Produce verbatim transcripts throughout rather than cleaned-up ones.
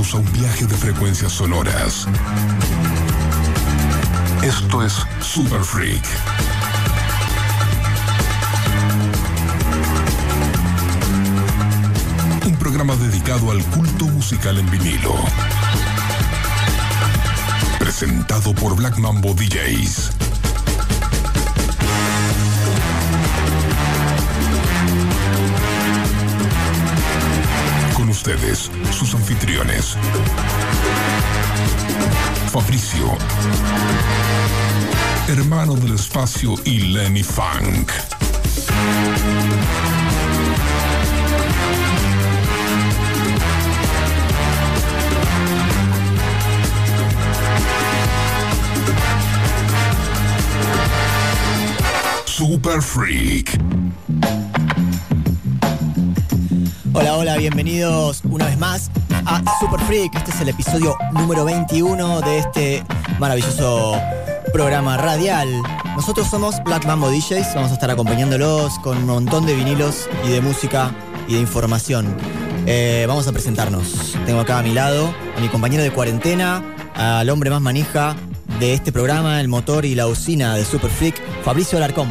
invitados a un viaje de frecuencias sonoras. Esto es Super Freak. Un programa dedicado al culto musical en vinilo. Presentado por Black Mambo D Js. Con ustedes, sus anfitriones. Fabricio, hermano del espacio, y Lenny Funk. Super Freak. Hola, hola, bienvenidos una vez más a Super Freak. Este es el episodio número veintiuno de este maravilloso programa radial. Nosotros somos Black Mambo D Js, vamos a estar acompañándolos con un montón de vinilos y de música y de información. Eh, vamos a presentarnos. Tengo acá a mi lado a mi compañero de cuarentena, al hombre más manija de este programa, el motor y la usina de Super Freak, Fabricio Alarcón.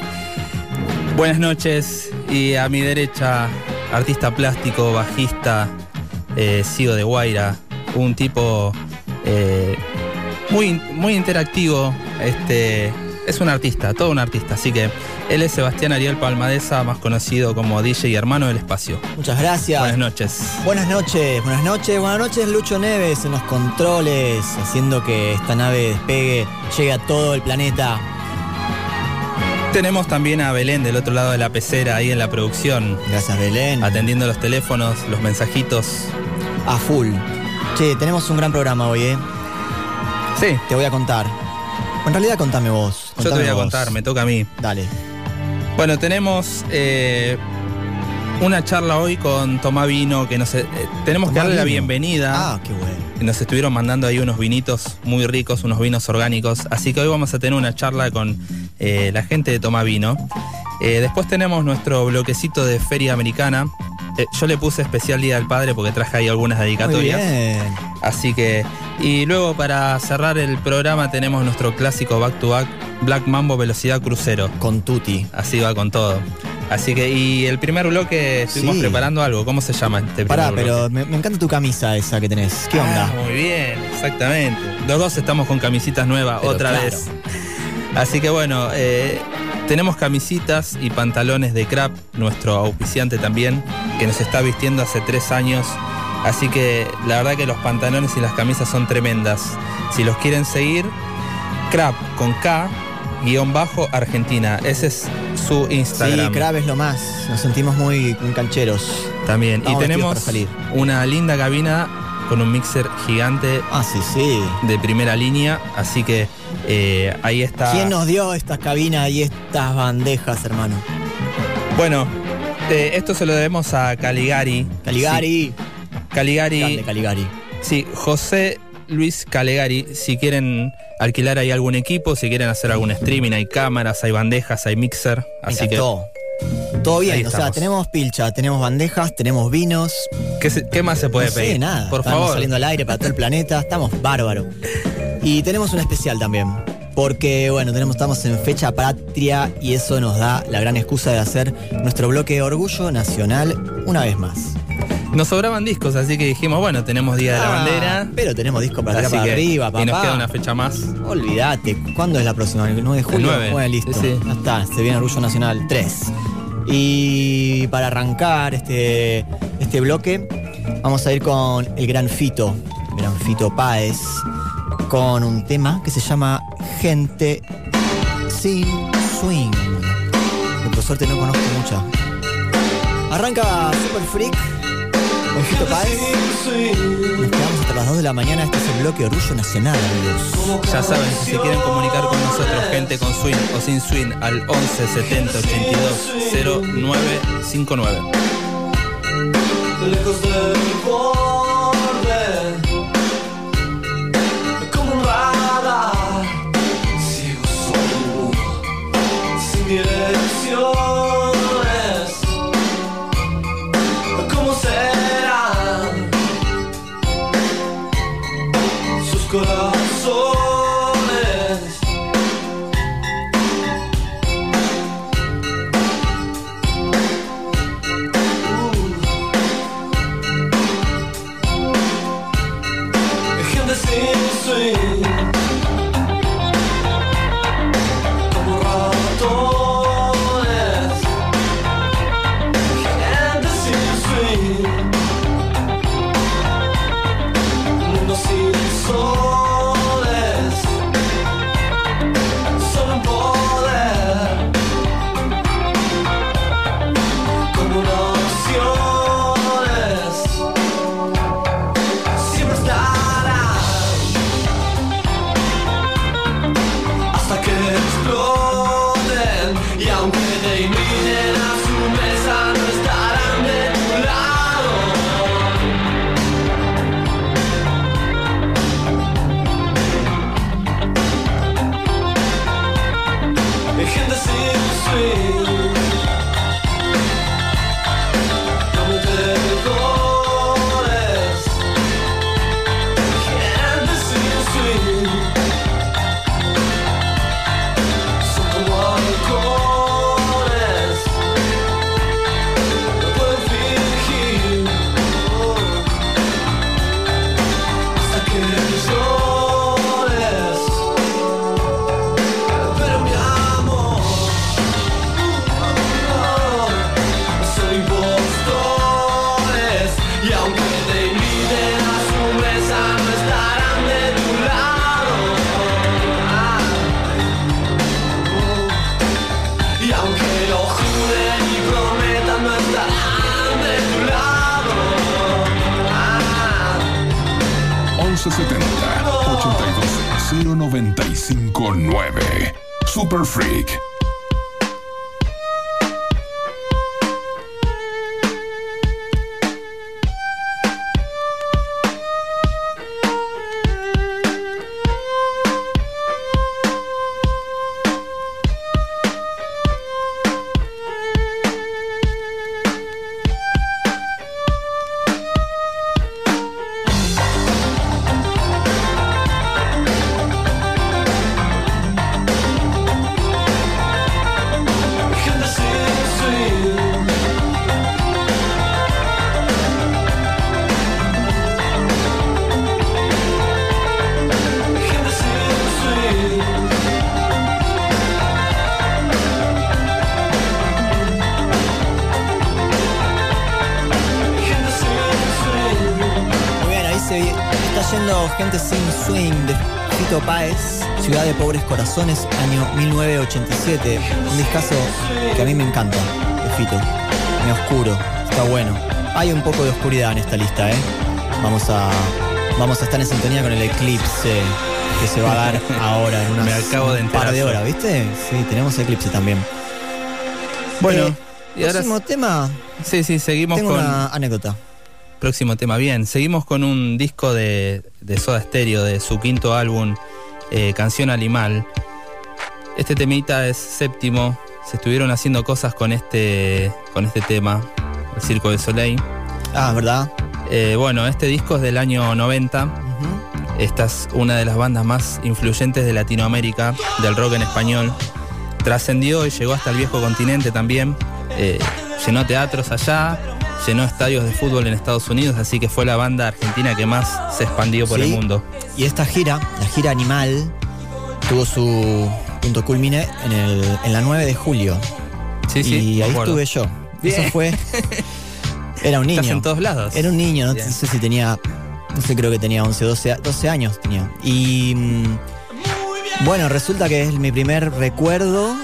Buenas noches, y a mi derecha, artista plástico, bajista, eh, C E O de Guaira, un tipo eh, muy, muy interactivo, este, es un artista, todo un artista, así que él es Sebastián Ariel Palmadesa, más conocido como D J y hermano del espacio. Muchas gracias. Buenas noches. Buenas noches, buenas noches, buenas noches Lucho Neves en los controles, haciendo que esta nave despegue, llegue a todo el planeta. Tenemos también a Belén del otro lado de la pecera, ahí en la producción. Gracias, Belén. Atendiendo los teléfonos, los mensajitos. A full. Che, tenemos un gran programa hoy, ¿eh? Sí. Te voy a contar. En realidad contame vos. Contame Yo te voy a vos. contar, me toca a mí. Dale. Bueno, tenemos eh, una charla hoy con Tomá Vino, que nos, eh, tenemos que Tomá darle la Vino. bienvenida. Ah, qué bueno. Nos estuvieron mandando ahí unos vinitos muy ricos, unos vinos orgánicos. Así que hoy vamos a tener una charla con eh, la gente de Tomá Vino. Eh, después tenemos nuestro bloquecito de Feria Americana. Eh, yo le puse especial Día del Padre porque traje ahí algunas dedicatorias. Muy bien. Así que, y luego para cerrar el programa tenemos nuestro clásico back to back, Black Mambo Velocidad Crucero. Con Tutti. Así va con todo. Así que, y el primer bloque estuvimos Sí. preparando algo. ¿Cómo se llama este primer Pará, bloque? pero me, me encanta tu camisa esa que tenés. ¿Qué onda? Ah, muy bien, exactamente. Los dos estamos con camisitas nuevas, Pero otra claro. vez. Así que bueno, eh, tenemos camisitas y pantalones de Crap, nuestro auspiciante también, que nos está vistiendo hace tres años. Así que la verdad que los pantalones y las camisas son tremendas. Si los quieren seguir, Crap con K, guión bajo Argentina. Ese es su Instagram. Sí, Crab es lo más. Nos sentimos muy, muy cancheros. También. Estamos y tenemos vestidos para salir. una linda cabina con un mixer gigante Ah, sí, sí. de primera línea. Así que eh, ahí está. ¿Quién nos dio estas cabinas y estas bandejas, hermano? Bueno, eh, esto se lo debemos a Caligari. Caligari. Sí, Caligari. Grande Caligari. Sí, José Luis Caligari. Si quieren alquilar ahí algún equipo, si quieren hacer algún streaming, hay cámaras, hay bandejas, hay mixer. Me Así que, encantó. Todo Ahí bien, o sea, estamos. tenemos pilcha, tenemos bandejas, tenemos vinos. ¿qué, se- qué más se puede no pedir? sé, nada. Por Estamos favor. saliendo al aire para todo el planeta, estamos bárbaros. Y tenemos un especial también, porque bueno, tenemos, estamos en fecha patria y eso nos da la gran excusa de hacer nuestro bloque de Orgullo Nacional una vez más. Nos sobraban discos, así que dijimos, bueno, tenemos Día de la Ah, Bandera. Pero tenemos disco para tirar Así para que- arriba, papá. y nos queda una fecha más. Olvídate, ¿cuándo es la próxima? ¿El nueve de julio? nueve. Bueno, listo. Sí, sí. Ya está, se viene Orgullo Nacional tres. Y para arrancar este, este bloque, vamos a ir con el gran Fito, el gran Fito Páez, con un tema que se llama Gente Sin Swing. Que por suerte no conozco mucho. Arranca Super Freak con Fito Páez. Nos quedamos hasta las dos de la mañana. Este es el bloque Orgullo Nacional, amigos. Ya saben, si se quieren comunicar con nosotros, gente con swing o sin swing, al once setenta ochenta y dos cero nueve cincuenta y nueve. Lejos del borde, como un radar, ciego solo, sin direcciones. ¿Cómo será cinco nueve. Super Freak. Gente sin swing de Fito Páez, Ciudad de Pobres Corazones, año mil novecientos ochenta y siete. Un discazo que a mí me encanta, de Fito. Muy oscuro, está bueno. Hay un poco de oscuridad en esta lista, ¿eh? Vamos a, vamos a estar en sintonía con el eclipse que se va a dar ahora en unas, me acabo de un par de enterar. horas, ¿viste? Sí, tenemos eclipse también. Bueno, eh, y ahora próximo tema, sí, sí, seguimos tengo con una anécdota. próximo tema. Bien, seguimos con un disco de, de Soda Stereo, de su quinto álbum, eh, Canción Animal. Este temita es séptimo. Se estuvieron haciendo cosas con este, con este tema, el Circo de Soleil. Ah, ¿verdad? Eh, bueno, este disco es del año noventa. Uh-huh. Esta es una de las bandas más influyentes de Latinoamérica, del rock en español. Trascendió y llegó hasta el viejo continente también. Eh, llenó teatros allá, llenó estadios de fútbol en Estados Unidos, así que fue la banda argentina que más se expandió por Sí. el mundo. Y esta gira, la gira Animal, tuvo su punto culmine en, el, en la nueve de julio. Sí, sí, y me ahí acuerdo. estuve yo. Bien. Eso fue... Era un niño. Estás en todos lados. Era un niño, no Bien. sé si tenía... No sé, creo que tenía once, doce, doce años tenía. Y... mm, bueno, resulta que es mi primer recuerdo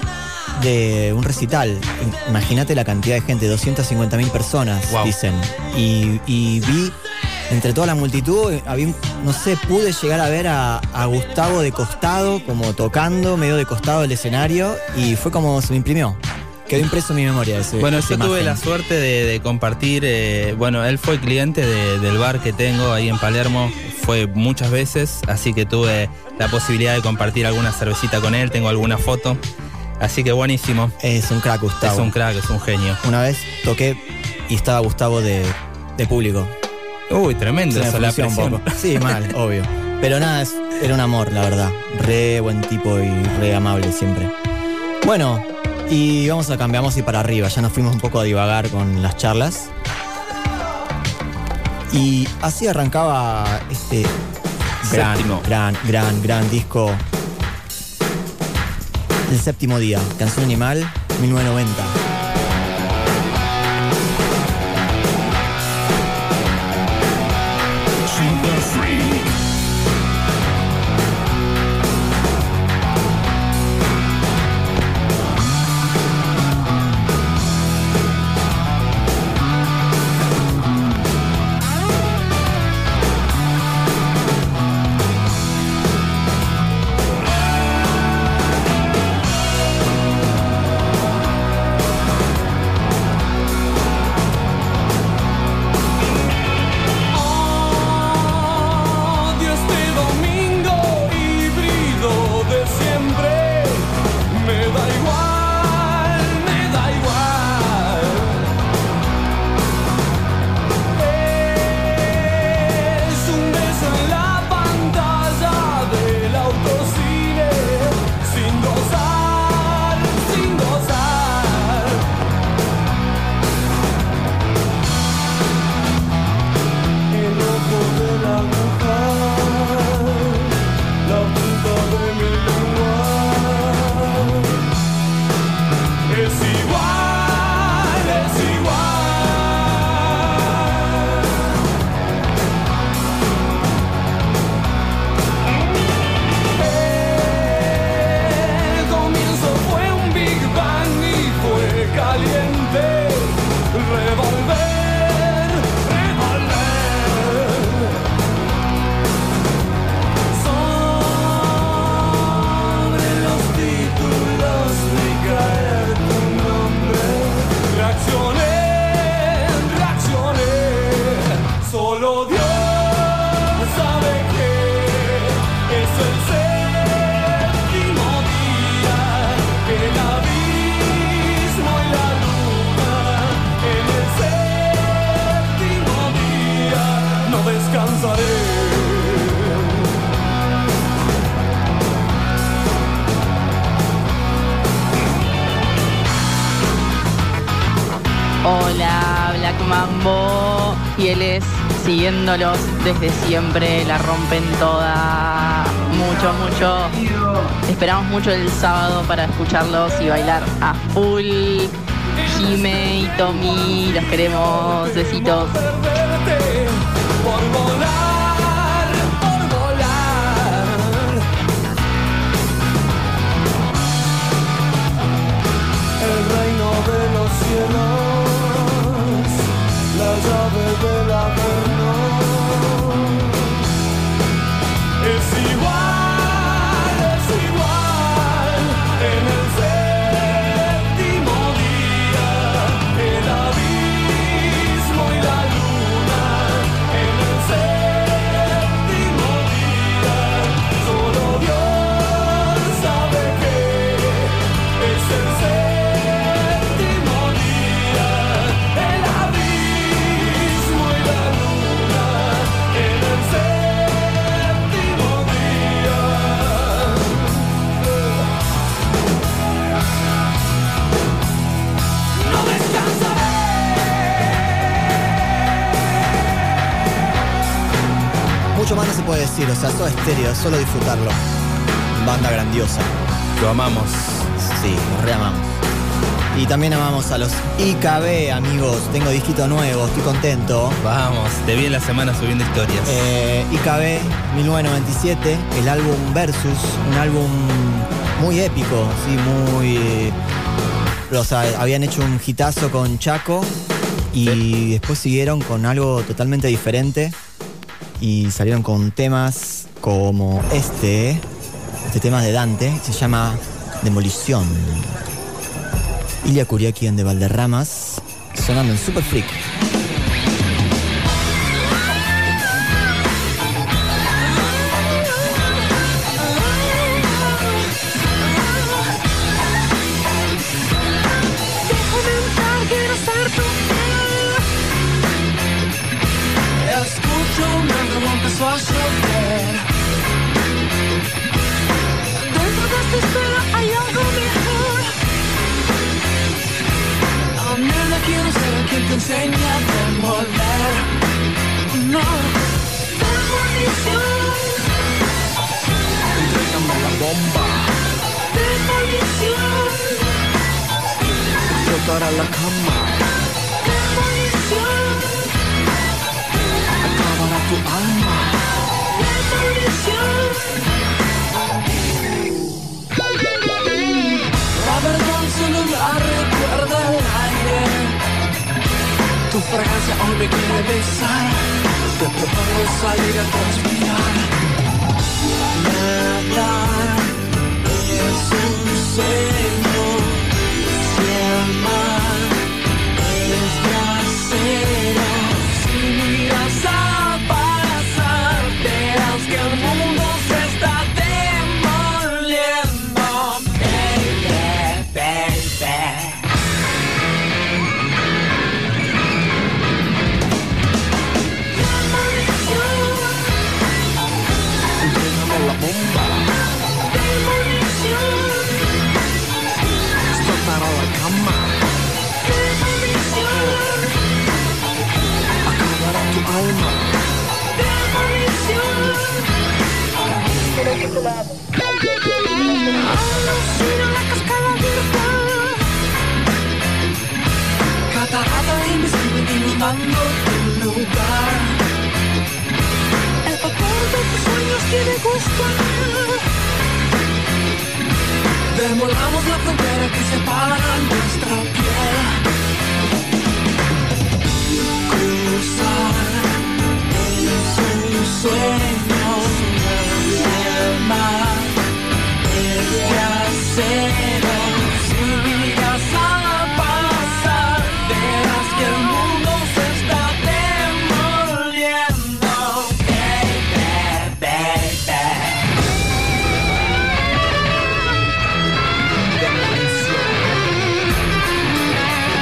de un recital. Imagínate la cantidad de gente, doscientas cincuenta mil personas, Wow. dicen. Y, y vi, entre toda la multitud, había, un- no sé, pude llegar a ver a, a Gustavo de costado, como tocando, medio de costado del escenario, y fue como se me imprimió. Quedó impreso en mi memoria ese. Bueno, esa yo tuve imagen. la suerte de, de compartir, eh, bueno, él fue cliente de- del bar que tengo ahí en Palermo, fue muchas veces, así que tuve la posibilidad de compartir alguna cervecita con él, tengo alguna foto, así que buenísimo. Es un crack, Gustavo. Es un crack, es un genio. Una vez toqué y estaba Gustavo de, de público. Uy, tremendo Se me eso, la frunció un presión. poco. Sí, mal, obvio. Pero nada, es- era un amor, la verdad. Re buen tipo y re amable siempre. Bueno, y vamos a cambiar, vamos a ir para arriba. Ya nos fuimos un poco a divagar con las charlas. Y así arrancaba este gran, Séptimo. gran, gran, gran disco. El séptimo día, Canción Animal, mil novecientos noventa. Super Freak. habla Black Mambo y él es siguiéndolos desde siempre, la rompen toda, mucho, mucho. Esperamos mucho el sábado para escucharlos y bailar a full. Jime y Tommy, los queremos, besitos. Por volar, por volar. El reino de los cielos, la llave del averno. Es igual, es igual en el séptimo día, el abismo y la luna. En el séptimo día, solo Dios sabe que es el séptimo día, el abismo y la luna. En el séptimo día. No descansaré. Mucho más no se puede decir, o sea, Soda Stereo, solo disfrutarlo. Banda grandiosa. Lo amamos. Sí, nos reamamos. Y también amamos a los I K B, amigos. Tengo disquito nuevo, estoy contento. Vamos, te vi en la semana subiendo historias. Eh, I K B mil novecientos noventa y siete, el álbum Versus, un álbum muy épico, sí, muy... O sea, habían hecho un hitazo con Chaco y Sí. después siguieron con algo totalmente diferente y salieron con temas como este, este tema de Dante, se llama Demolición. Ilia Kuriakian de Valderramas, sonando en Super Freak. Escucho un árbol empezó a llover. Dentro de esta esfera hay algo mejor. La mierda quiero ser quien te enseña a demoler. No, demolición. Entrégame la bomba. Demolición. Explotará la cama. Demolición. Acabará tu alma. Demolición. La verdad solo la recuerda el aire. Tu fragancia hoy me quiere besar. Te propongo salir a transpirar. Nada es un sueño. Si el mar es de acero. Si miras a pasar, verás que el mundo se está demoliendo. Baby, baby. Entrégame la bomba. Demolición. Explotará la cama. Demolición. Acabará tu alma. Demolición. Alucina la cascada virtual. Catarata invisible inundando tu lugar. El vapor de tus sueños tiene gusto. Demolamos la frontera que separa nuestra piel. Cruzar es un sueño. Si el mar es de acero. Si miras a pasar, verás que el mundo se está demoliendo. Baby, baby. Demolición.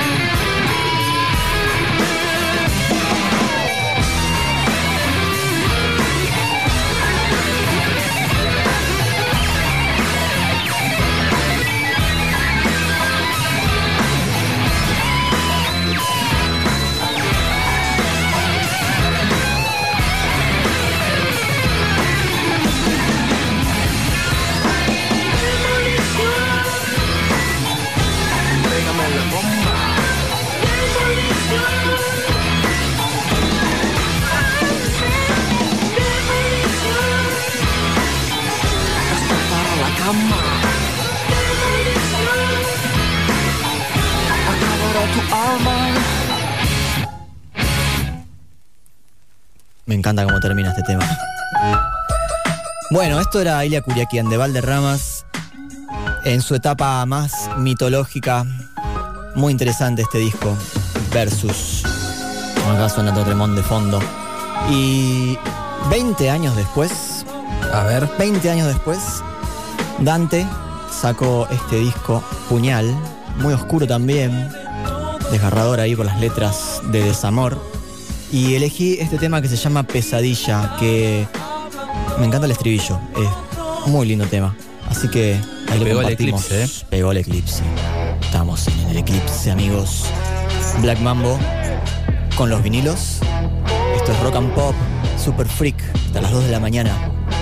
Me encanta cómo termina este tema. Bueno, esto era Ilia Kuriakian de Valderramas en su etapa más mitológica. Muy interesante este disco. Versus. Acá suena Totremont de fondo. Y veinte años después, A ver. veinte años después, Dante sacó este disco Puñal, muy oscuro también, desgarrador ahí por las letras de desamor. Y elegí este tema que se llama Pesadilla, que me encanta el estribillo, es muy lindo tema. Así que ahí lo Pegó el compartimos. eclipse, ¿eh? Pegó el eclipse. Estamos en el eclipse, amigos. Black Mambo con los vinilos. Esto es Rock and Pop, Super Freak, hasta las dos de la mañana.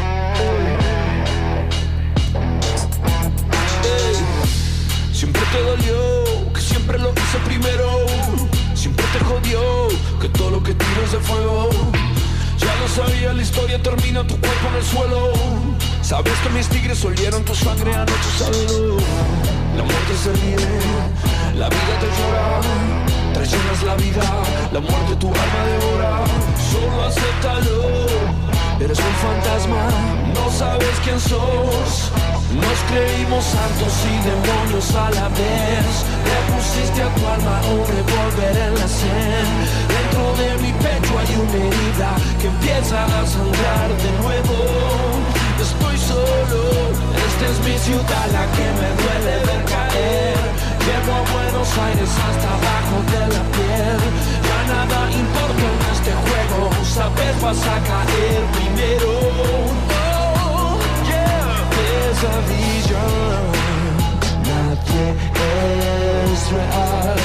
Siempre te dolió, que siempre lo hice primero. Siempre te jodió, que todo lo que tiro es de fuego. Ya lo sabía, la historia termina, tu cuerpo en el suelo. Sabes que mis tigres olieron tu sangre anoche, sábelo. La muerte se ríe, la vida te llora. Traicionas la vida, la muerte tu alma devora. Solo acéptalo, eres un fantasma, no sabes quién sos. Nos creímos santos y demonios a la vez. Le pusiste a tu alma un revólver en la sien. Dentro de mi pecho hay una herida que empieza a sangrar de nuevo. Estoy solo, esta es mi ciudad, la que me duele ver caer. Llevo a Buenos Aires hasta abajo de la piel. Ya nada importa en este juego, sabes vas a caer primero. Oh, yeah. Pesadilla, nadie es real.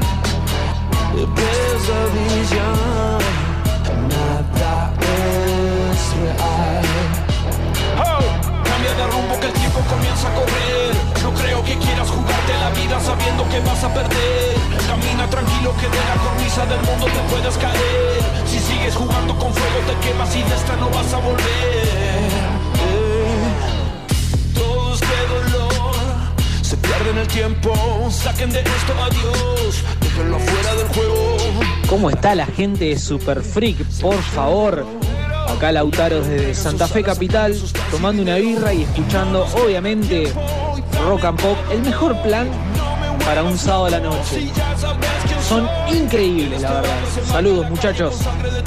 Pesadilla, nada es real. Oh, cambia de rumbo que el tiempo comienza a correr. No creo que quieras jugarte la vida sabiendo que vas a perder. Camina tranquilo que de la cornisa del mundo te puedes caer. Si sigues jugando con fuego te quemas y de esta no vas a volver. Eh, todo este dolor se pierde en el tiempo. Saquen de esto a Dios, déjenlo fuera del juego. ¿Cómo está la gente de Super Freak? Por favor. Acá Lautaro desde Santa Fe Capital, tomando una birra y escuchando, obviamente, Rock and Pop, el mejor plan para un sábado a la noche. Son increíbles, la verdad. Saludos, muchachos.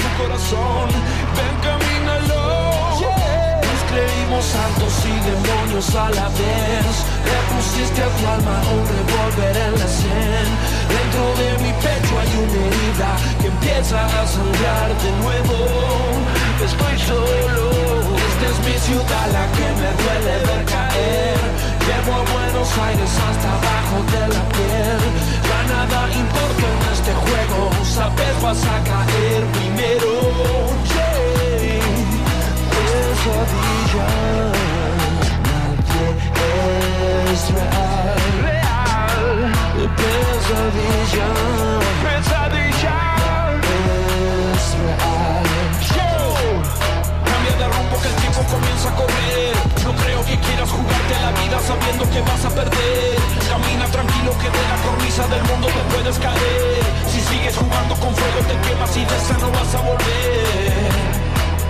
Creímos santos y demonios a la vez. Le pusiste a tu alma un revólver en la sien. Dentro de mi pecho hay una herida que empieza a sangrar de nuevo. Estoy solo, esta es mi ciudad, la que me duele ver caer. Llevo a Buenos Aires hasta abajo de la piel. Ya nada importa en este juego, sabes vas a caer primero. Yeah. Pesadilla, nadie es real. Real. Pesadilla, pesadilla es real. Yo. Cambia de rumbo que el tiempo comienza a correr. No creo que quieras jugarte la vida sabiendo que vas a perder. Camina tranquilo que de la cornisa del mundo te puedes caer. Si sigues jugando con fuego te quemas y de esa no vas a volver.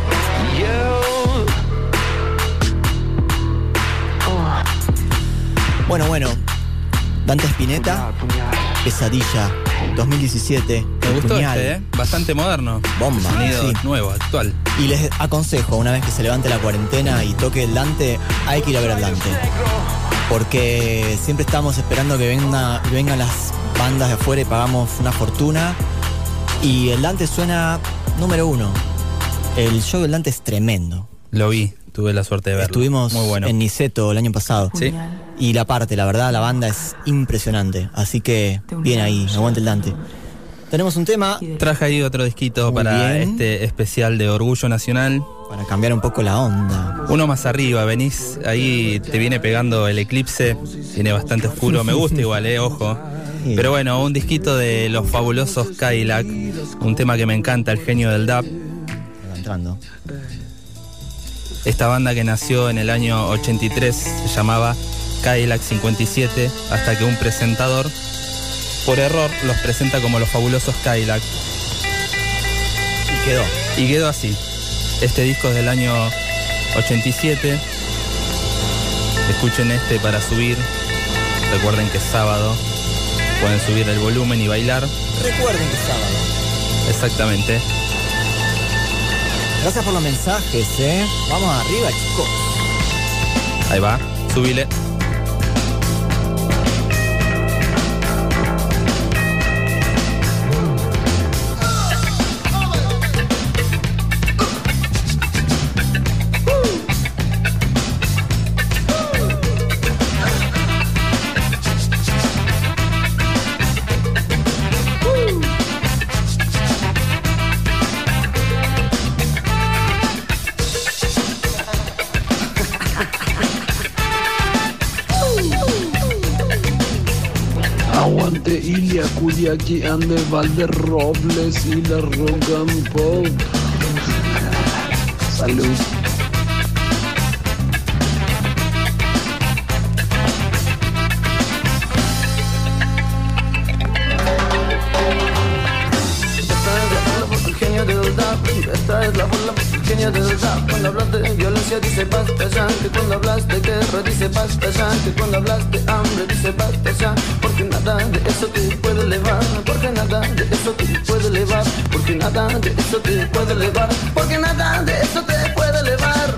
Bueno, bueno, Dante Spinetta, Pesadilla, dos mil diecisiete. Me gustó Puñal. este, ¿eh? Bastante moderno. Bomba, Sonido sí. nuevo, actual. Y les aconsejo, una vez que se levante la cuarentena y toque el Dante, hay que ir a ver al Dante. Porque siempre estamos esperando que venga, que vengan las bandas de afuera y pagamos una fortuna. Y el Dante suena número uno. El show del Dante es tremendo. Lo vi, tuve la suerte de verlo. Estuvimos muy bueno. en Niceto el año pasado. Sí. Y la parte, la verdad, la banda es impresionante. Así que, bien ahí, aguante el Dante. Tenemos un tema Traje ahí otro disquito Muy para bien. este especial de Orgullo Nacional. para cambiar un poco la onda. Uno más arriba, venís, ahí te viene pegando el eclipse, tiene bastante oscuro, me gusta igual, eh, ojo. Sí. Pero bueno, un disquito de los fabulosos Cadillac, un tema que me encanta, el genio del dub. Va entrando. Esta banda que nació en el año ochenta y tres se llamaba Cadillac cincuenta y siete, hasta que un presentador, por error, los presenta como los fabulosos Cadillac. Y quedó. Y quedó así. Este disco es del año ochenta y siete. Escuchen este para subir. Recuerden que es sábado. Pueden subir el volumen y bailar. Recuerden que es sábado. Exactamente. Gracias por los mensajes, ¿eh? Vamos arriba, chicos. Ahí va, subile. Aguante Ilia, Curiaqui, Ande, Valderrobles y la Rock and Pop. Salud. Esta es la bola pequeña del rap. Cuando hablas de violencia dice basta ya. Que cuando hablas de guerra dice basta ya. Que cuando hablas de hambre dice basta ya. Porque nada de eso te puede elevar. Porque nada de eso te puede elevar. Porque nada de eso te puede elevar. Porque nada de eso te puede elevar.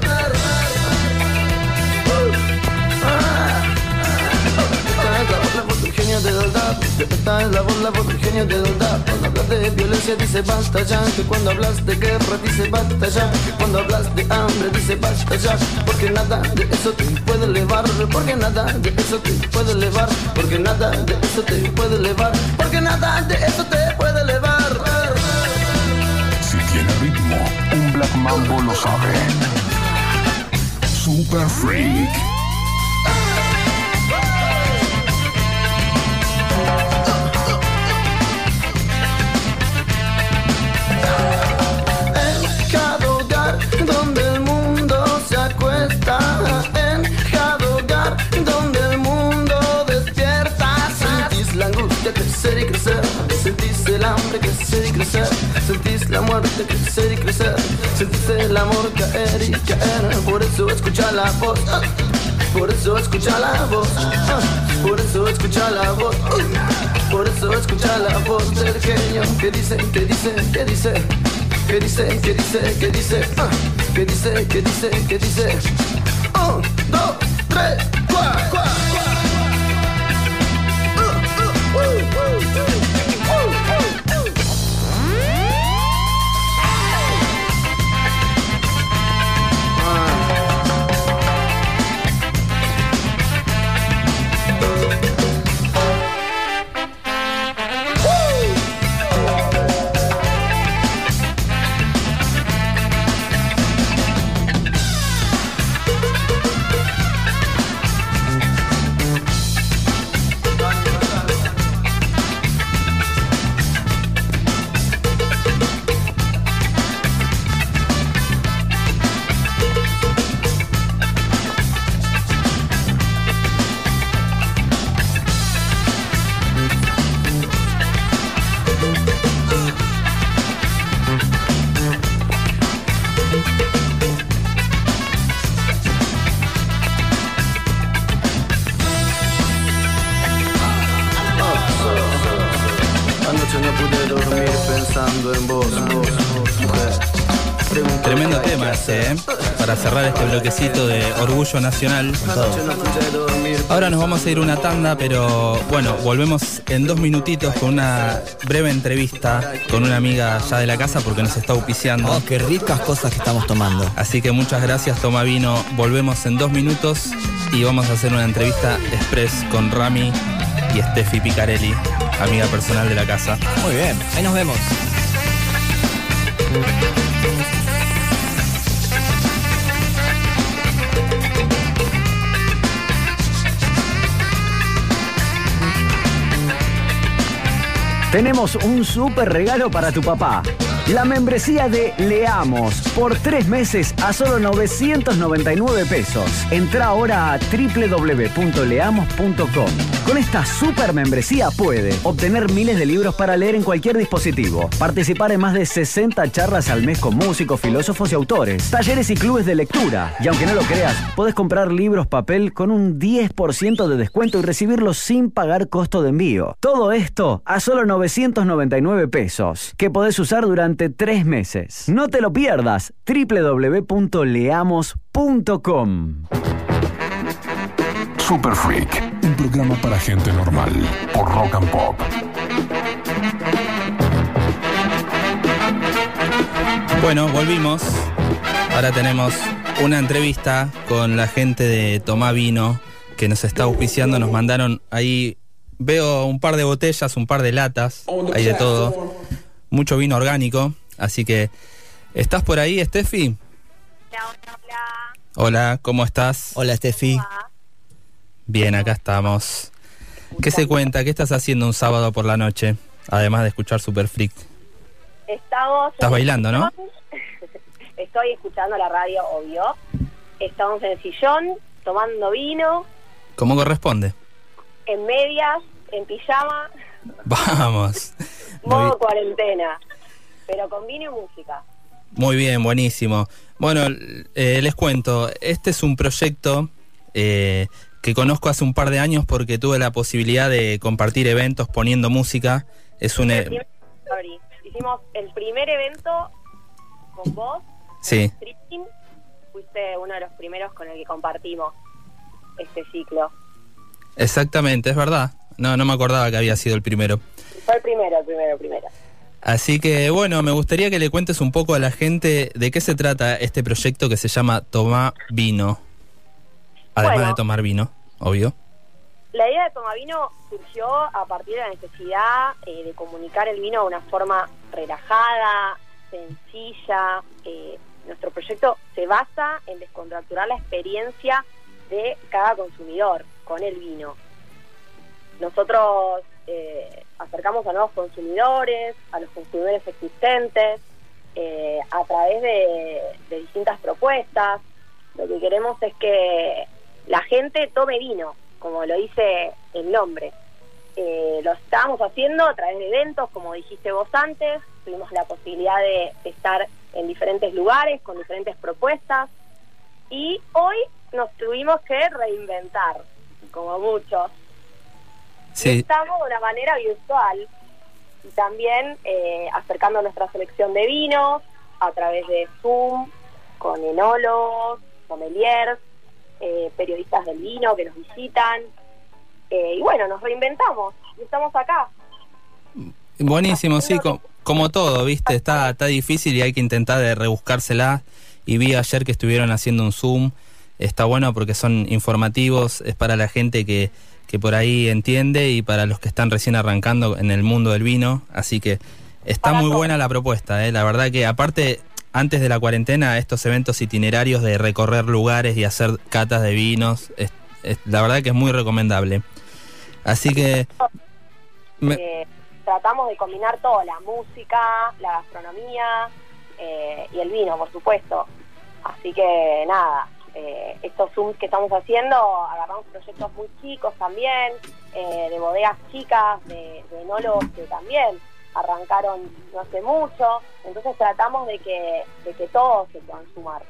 Del rap, esta es la voz, la voz del genio del rap. Cuando hablas de violencia dice basta ya. Que cuando hablas de guerra dice basta ya. Que cuando hablas de hambre dice basta ya. Porque nada de eso te puede elevar. Porque nada de eso te puede elevar. Porque nada de eso te puede elevar. Porque nada de eso te puede elevar. Si tiene ritmo, un Black Mambo lo sabe. Super Freak. Donde el mundo se acuesta, en cada hogar donde el mundo despierta. Sentís la angustia crecer y crecer, sentís el hambre crecer y crecer, sentís la muerte crecer y crecer, sentís el amor caer y caer. Por eso escucha la voz, por eso escucha la voz, por eso escucha la voz, por eso escucha la voz del genio que dice, que dice, que dice. ¿Qué dice? ¿Qué dice? ¿Qué dice? Uh, ¿Qué dice? ¿Qué dice? ¿Qué dice? Un, dos, tres, cuatro, cuatro. Uh, uh, uh, uh, uh. Tremendo tema ese, ¿eh? Para cerrar este bloquecito de Orgullo Nacional. Ahora nos vamos a ir a una tanda, pero bueno, volvemos en dos minutitos con una breve entrevista con una amiga ya de la casa porque nos está auspiciando. Oh, qué ricas cosas que estamos tomando. Así que muchas gracias, Toma Vino. Volvemos en dos minutos y vamos a hacer una entrevista express con Rami y Steffi Picarelli, amiga personal de la casa. Muy bien, ahí nos vemos. Tenemos un súper regalo para tu papá. La membresía de Leamos por tres meses a solo novecientos noventa y nueve pesos. Entra ahora a doble u doble u doble u punto leamos punto com. Con esta super membresía puede obtener miles de libros para leer en cualquier dispositivo, participar en más de sesenta charlas al mes con músicos, filósofos y autores, talleres y clubes de lectura. Y aunque no lo creas, podés comprar libros papel con un diez por ciento de descuento y recibirlos sin pagar costo de envío. Todo esto a solo novecientos noventa y nueve pesos, que podés usar durante tres meses. No te lo pierdas. doble u doble u doble u punto leamos punto com. Super Freak, un programa para gente normal, por Rock and Pop. Bueno, volvimos. Ahora tenemos una entrevista con la gente de Tomá Vino, que nos está auspiciando. Nos mandaron ahí, veo un par de botellas, un par de latas, hay de todo. Mucho vino orgánico, así que... ¿Estás por ahí, Steffi? Hola, hola, hola. Hola, ¿cómo estás? Hola, Steffi. Bien, acá estamos. ¿Qué se cuenta? ¿Qué estás haciendo un sábado por la noche? Además de escuchar Super Freak. Estamos... ¿Estás bailando, no? Estoy escuchando la radio, obvio. Estamos en el sillón, tomando vino. ¿Cómo corresponde? En medias, en pijama. Vamos. Modo Muy, cuarentena. Pero con vino y música. muy bien, buenísimo. Bueno, eh, les cuento. Este es un proyecto eh, que conozco hace un par de años porque tuve la posibilidad de compartir eventos poniendo música. Es un... E- Hicimos el primer evento con vos. Sí. Streaming. Fuiste uno de los primeros con el que compartimos este ciclo. Exactamente, es verdad. No, no me acordaba que había sido el primero. Fue el primero, el primero, el primero. Así que bueno, me gustaría que le cuentes un poco a la gente de qué se trata este proyecto que se llama Tomá Vino. Además bueno, de tomar vino, obvio. La idea de Tomá Vino surgió a partir de la necesidad eh, de comunicar el vino de una forma relajada, sencilla. Eh, nuestro proyecto se basa en descontracturar la experiencia de cada consumidor con el vino. Nosotros eh, acercamos a nuevos consumidores, a los consumidores existentes, eh, a través de, de distintas propuestas. Lo que queremos es que la gente tome vino, como lo dice el nombre. Eh, lo estábamos haciendo a través de eventos, como dijiste vos antes. Tuvimos la posibilidad de, de estar en diferentes lugares, con diferentes propuestas. Y hoy nos tuvimos que reinventar, como muchos. Sí. Y estamos de una manera virtual y también eh, acercando nuestra selección de vinos a través de Zoom, con enólogos, sommeliers, eh, periodistas del vino que nos visitan. Eh, y bueno, nos reinventamos y estamos acá. Buenísimo, sí, co- como todo, ¿viste? Está, está difícil y hay que intentar de rebuscársela. Y vi ayer que estuvieron haciendo un Zoom. Está bueno porque son informativos, es para la gente que... que por ahí entiende y para los que están recién arrancando en el mundo del vino, así que está muy buena la propuesta, ¿eh? La verdad que aparte, antes de la cuarentena, estos eventos itinerarios de recorrer lugares y hacer catas de vinos, es, es, la verdad que es muy recomendable. Así que... Me... Eh, tratamos de combinar todo, la música, la gastronomía eh, y el vino, por supuesto. Así que nada... Eh, estos Zooms que estamos haciendo, agarramos proyectos muy chicos también, eh, de bodegas chicas, de, de enólogos que también arrancaron no hace mucho, entonces tratamos de que, de que todos se puedan sumar.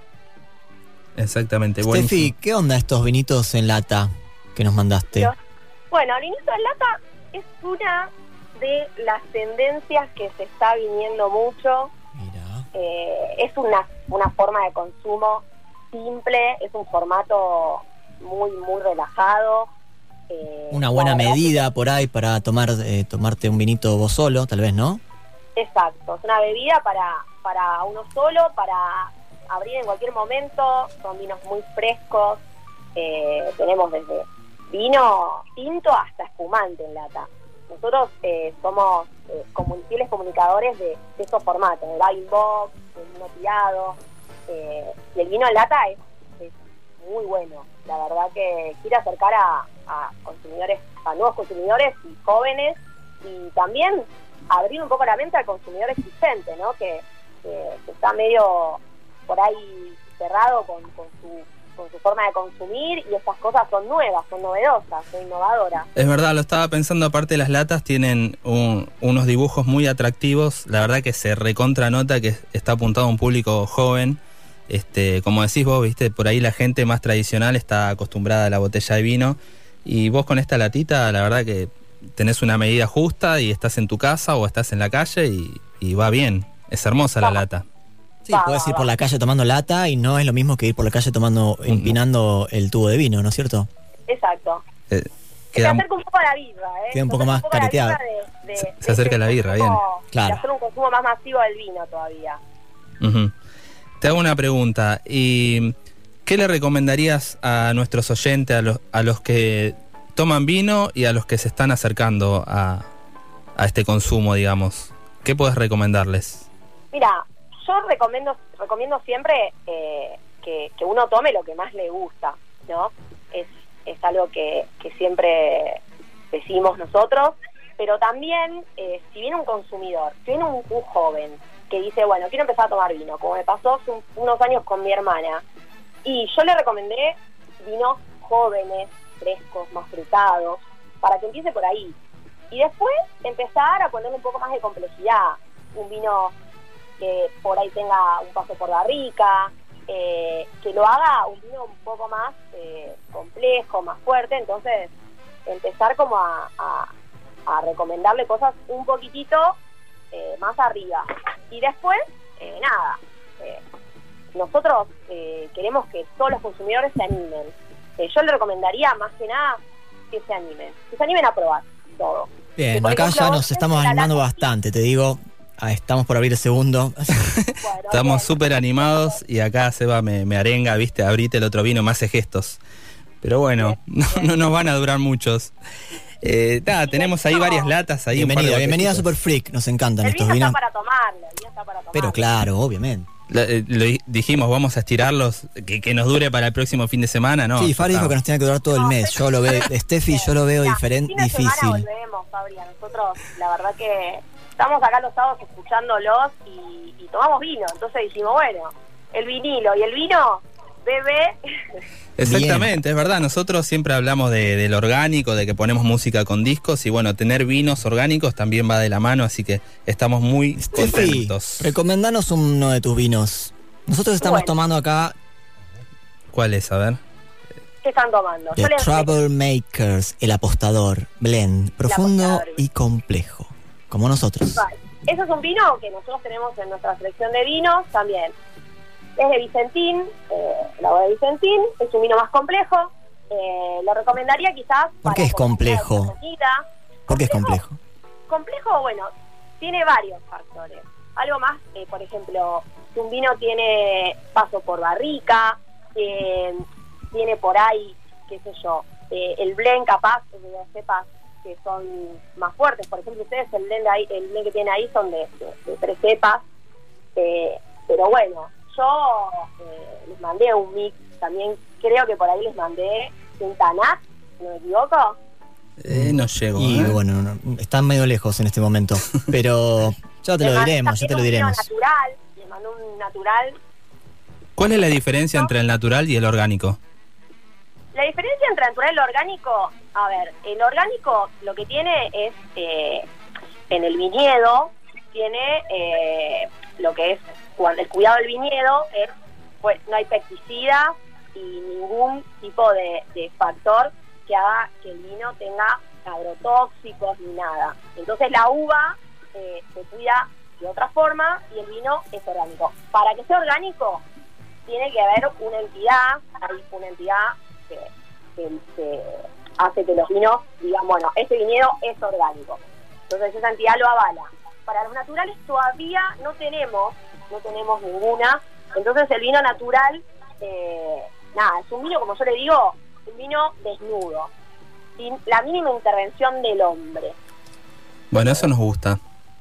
Exactamente, buenísimo. Steffi, ¿qué onda estos vinitos en lata que nos mandaste? Los, bueno, el vinito en lata es una de las tendencias que se está viniendo mucho. Mira. Eh, es una, una forma de consumo simple, es un formato muy muy relajado. Eh, Una buena medida por ahí para tomar eh, tomarte un vinito vos solo, tal vez, ¿no? Exacto, es una bebida para, para uno solo, para abrir en cualquier momento. Son vinos muy frescos, eh, tenemos desde vino tinto hasta espumante en lata. Nosotros eh, somos eh, como fieles comunicadores de, de estos formatos, de bag in box, de vino tirado. Eh, y el vino en lata es, es muy bueno. La verdad que quiere acercar a, a consumidores, a nuevos consumidores y jóvenes, y también abrir un poco la mente al consumidor existente, ¿no? Que, que, que está medio por ahí cerrado con, con su con su forma de consumir, y estas cosas son nuevas, son novedosas, son innovadoras. Es verdad, lo estaba pensando, aparte de las latas, tienen un, unos dibujos muy atractivos, la verdad que se recontra nota que está apuntado a un público joven. Este, como decís vos, viste, por ahí la gente más tradicional está acostumbrada a la botella de vino, y vos con esta latita, la verdad que tenés una medida justa y estás en tu casa o estás en la calle y, y va bien, es hermosa la lata. Sí, puedes ir por la calle tomando lata y no es lo mismo que ir por la calle tomando, empinando el tubo de vino, ¿no es cierto? Exacto. Eh, Se queda, acerca un poco a la birra, ¿eh? Queda un poco más careteado. De, de, se, se acerca a la birra, bien. Claro. De hacer un consumo más masivo del vino todavía. Uh-huh. Te hago una pregunta. ¿Y qué le recomendarías a nuestros oyentes, a los, a los que toman vino y a los que se están acercando a, a este consumo, digamos? ¿Qué puedes recomendarles? Mira, yo recomiendo recomiendo siempre eh, que, que uno tome lo que más le gusta, ¿no? Es, es algo que, que siempre decimos nosotros, pero también, eh, si viene un consumidor, si viene un, un joven que dice, bueno, quiero empezar a tomar vino, como me pasó hace un, unos años con mi hermana, y yo le recomendé vinos jóvenes, frescos, más frutados, para que empiece por ahí. Y después empezar a ponerle un poco más de complejidad, un vino que por ahí tenga un paso por barrica, eh, que lo haga un vino un poco más eh, complejo, más fuerte. Entonces empezar como a, a, a recomendarle cosas un poquitito eh, más arriba, y después eh, nada, eh, nosotros eh, queremos que todos los consumidores se animen. eh, yo le recomendaría más que nada que se animen, que se animen a probar todo. Bien, que, acá ejemplo, ya nos estamos animando lata... bastante, te digo. Ah, estamos por abrir el segundo. Bueno, estamos súper animados y acá Seba me, me arenga, viste, abrite el otro vino, me hace gestos. Pero bueno, no, no nos van a durar muchos. Eh, nada, tenemos ahí varias latas. Ahí bienvenida, bienvenida a Super Freak, nos encantan el estos vino vinos. Está para tomarlo, el vino está para tomarlo. Pero claro, obviamente. La, eh, lo dijimos, vamos a estirarlos, que, que nos dure para el próximo fin de semana, ¿no? Sí, Fabri dijo que nos tiene que durar todo el mes. Yo lo veo, Steffi, yo lo veo diferente, difícil. Volvemos, Fabri, nosotros, la verdad que estamos acá los sábados escuchándolos y, y tomamos vino, entonces dijimos, bueno, el vinilo y el vino, bebé. Exactamente, bien. Es verdad, nosotros siempre hablamos de, del orgánico, de que ponemos música con discos, y bueno, tener vinos orgánicos también va de la mano, así que estamos muy Steffi, contentos. Recomendanos uno de tus vinos. Nosotros estamos bueno. tomando acá... ¿Cuál es? A ver. ¿Qué están tomando? The Troublemakers, el apostador, blend, profundo y complejo, como nosotros. Vale. Ese es un vino que nosotros tenemos en nuestra selección de vinos también. Es de Vicentín, eh, la boda de Vicentín, es un vino más complejo. Eh, lo recomendaría quizás... ¿Por qué es complejo? ¿Por qué es complejo? Complejo, bueno, tiene varios factores. Algo más, eh, por ejemplo, si un vino tiene paso por barrica, eh, tiene por ahí, qué sé yo, eh, el blend capaz de las cepas que son más fuertes. Por ejemplo, ustedes el blend, ahí, el blend que tienen ahí son de, de, de tres cepas, eh, pero bueno, yo eh, les mandé un mix, también creo que por ahí les mandé un Tanat, ¿no me equivoco? Eh, no llego. Y ¿eh? bueno, no, están medio lejos en este momento, pero ya te lo diremos, ya te lo diremos. Natural, les mandé un natural. ¿Cuál es la diferencia entre el natural y el orgánico? La diferencia entre el natural y el orgánico, a ver, el orgánico lo que tiene es, eh, en el viñedo, tiene eh, lo que es, cuando el cuidado del viñedo es, pues no hay pesticidas y ningún tipo de, de factor que haga que el vino tenga agrotóxicos ni nada. Entonces la uva eh, se cuida de otra forma y el vino es orgánico. Para que sea orgánico tiene que haber una entidad, hay una entidad que, que, que hace que los vinos digan, bueno, este viñedo es orgánico. Entonces esa entidad lo avala. Para los naturales todavía no tenemos, no tenemos ninguna. Entonces el vino natural, eh, nada, es un vino, como yo le digo, un vino desnudo, sin la mínima intervención del hombre. Bueno, eso nos gusta.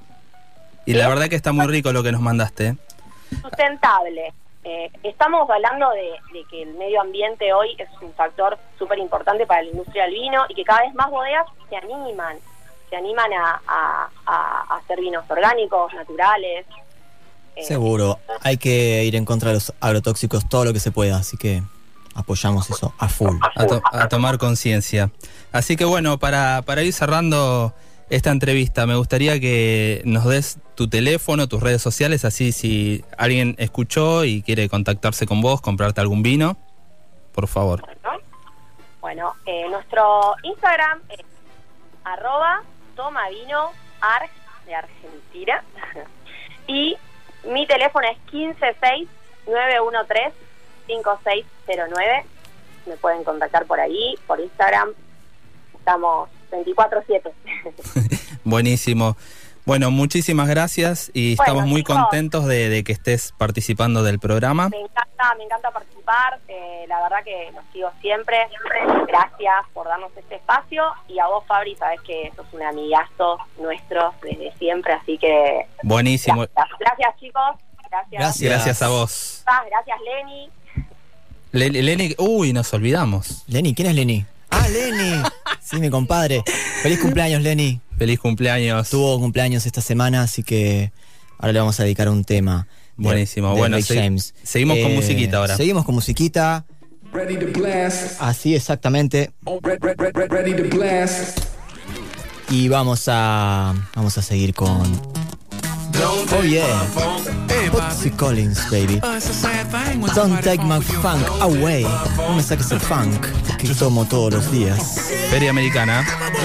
Y la verdad que está muy rico lo que nos mandaste. Sustentable. Eh, estamos hablando de, de que el medio ambiente hoy es un factor súper importante para la industria del vino y que cada vez más bodegas se animan. se animan a, a, a hacer vinos orgánicos, naturales. Eh, Seguro, hay que ir en contra de los agrotóxicos todo lo que se pueda, así que apoyamos eso a full. A, to- a tomar conciencia. Así que bueno, para, para ir cerrando esta entrevista, me gustaría que nos des tu teléfono, tus redes sociales, así si alguien escuchó y quiere contactarse con vos, comprarte algún vino, por favor. Bueno, eh, nuestro Instagram es arroba tomavino arg de Argentina y mi teléfono es quince seis nueve uno tres cinco seis cero nueve. Me pueden contactar por ahí, por Instagram. Estamos veinticuatro siete. Buenísimo. Bueno, muchísimas gracias y Bueno, estamos muy chicos, contentos de, de que estés participando del programa. Me encanta, me encanta participar. Eh, la verdad que los sigo siempre. Gracias por darnos este espacio. Y a vos, Fabri, sabés que sos un amigazo nuestro desde siempre, así que... Buenísimo. Gracias, gracias chicos. Gracias. Gracias. Gracias a vos. Gracias, Lenny. Le- Lenny, uy, nos olvidamos. Lenny, ¿quién es Lenny? Ah, Lenny. Sí, mi compadre. Feliz cumpleaños, Lenny. Feliz cumpleaños. Tuvo cumpleaños esta semana, así que ahora le vamos a dedicar un tema. de- Buenísimo. de Bueno, Rick se- James. seguimos con musiquita ahora. Seguimos con musiquita. Ready to blast. Así exactamente. Red, red, red, red, ready to blast. Y vamos a vamos a seguir con Oh yeah, Bootsy Collins, baby. Don't take my funk away. No me saques el funk que tomo todos los días. Feria Americana.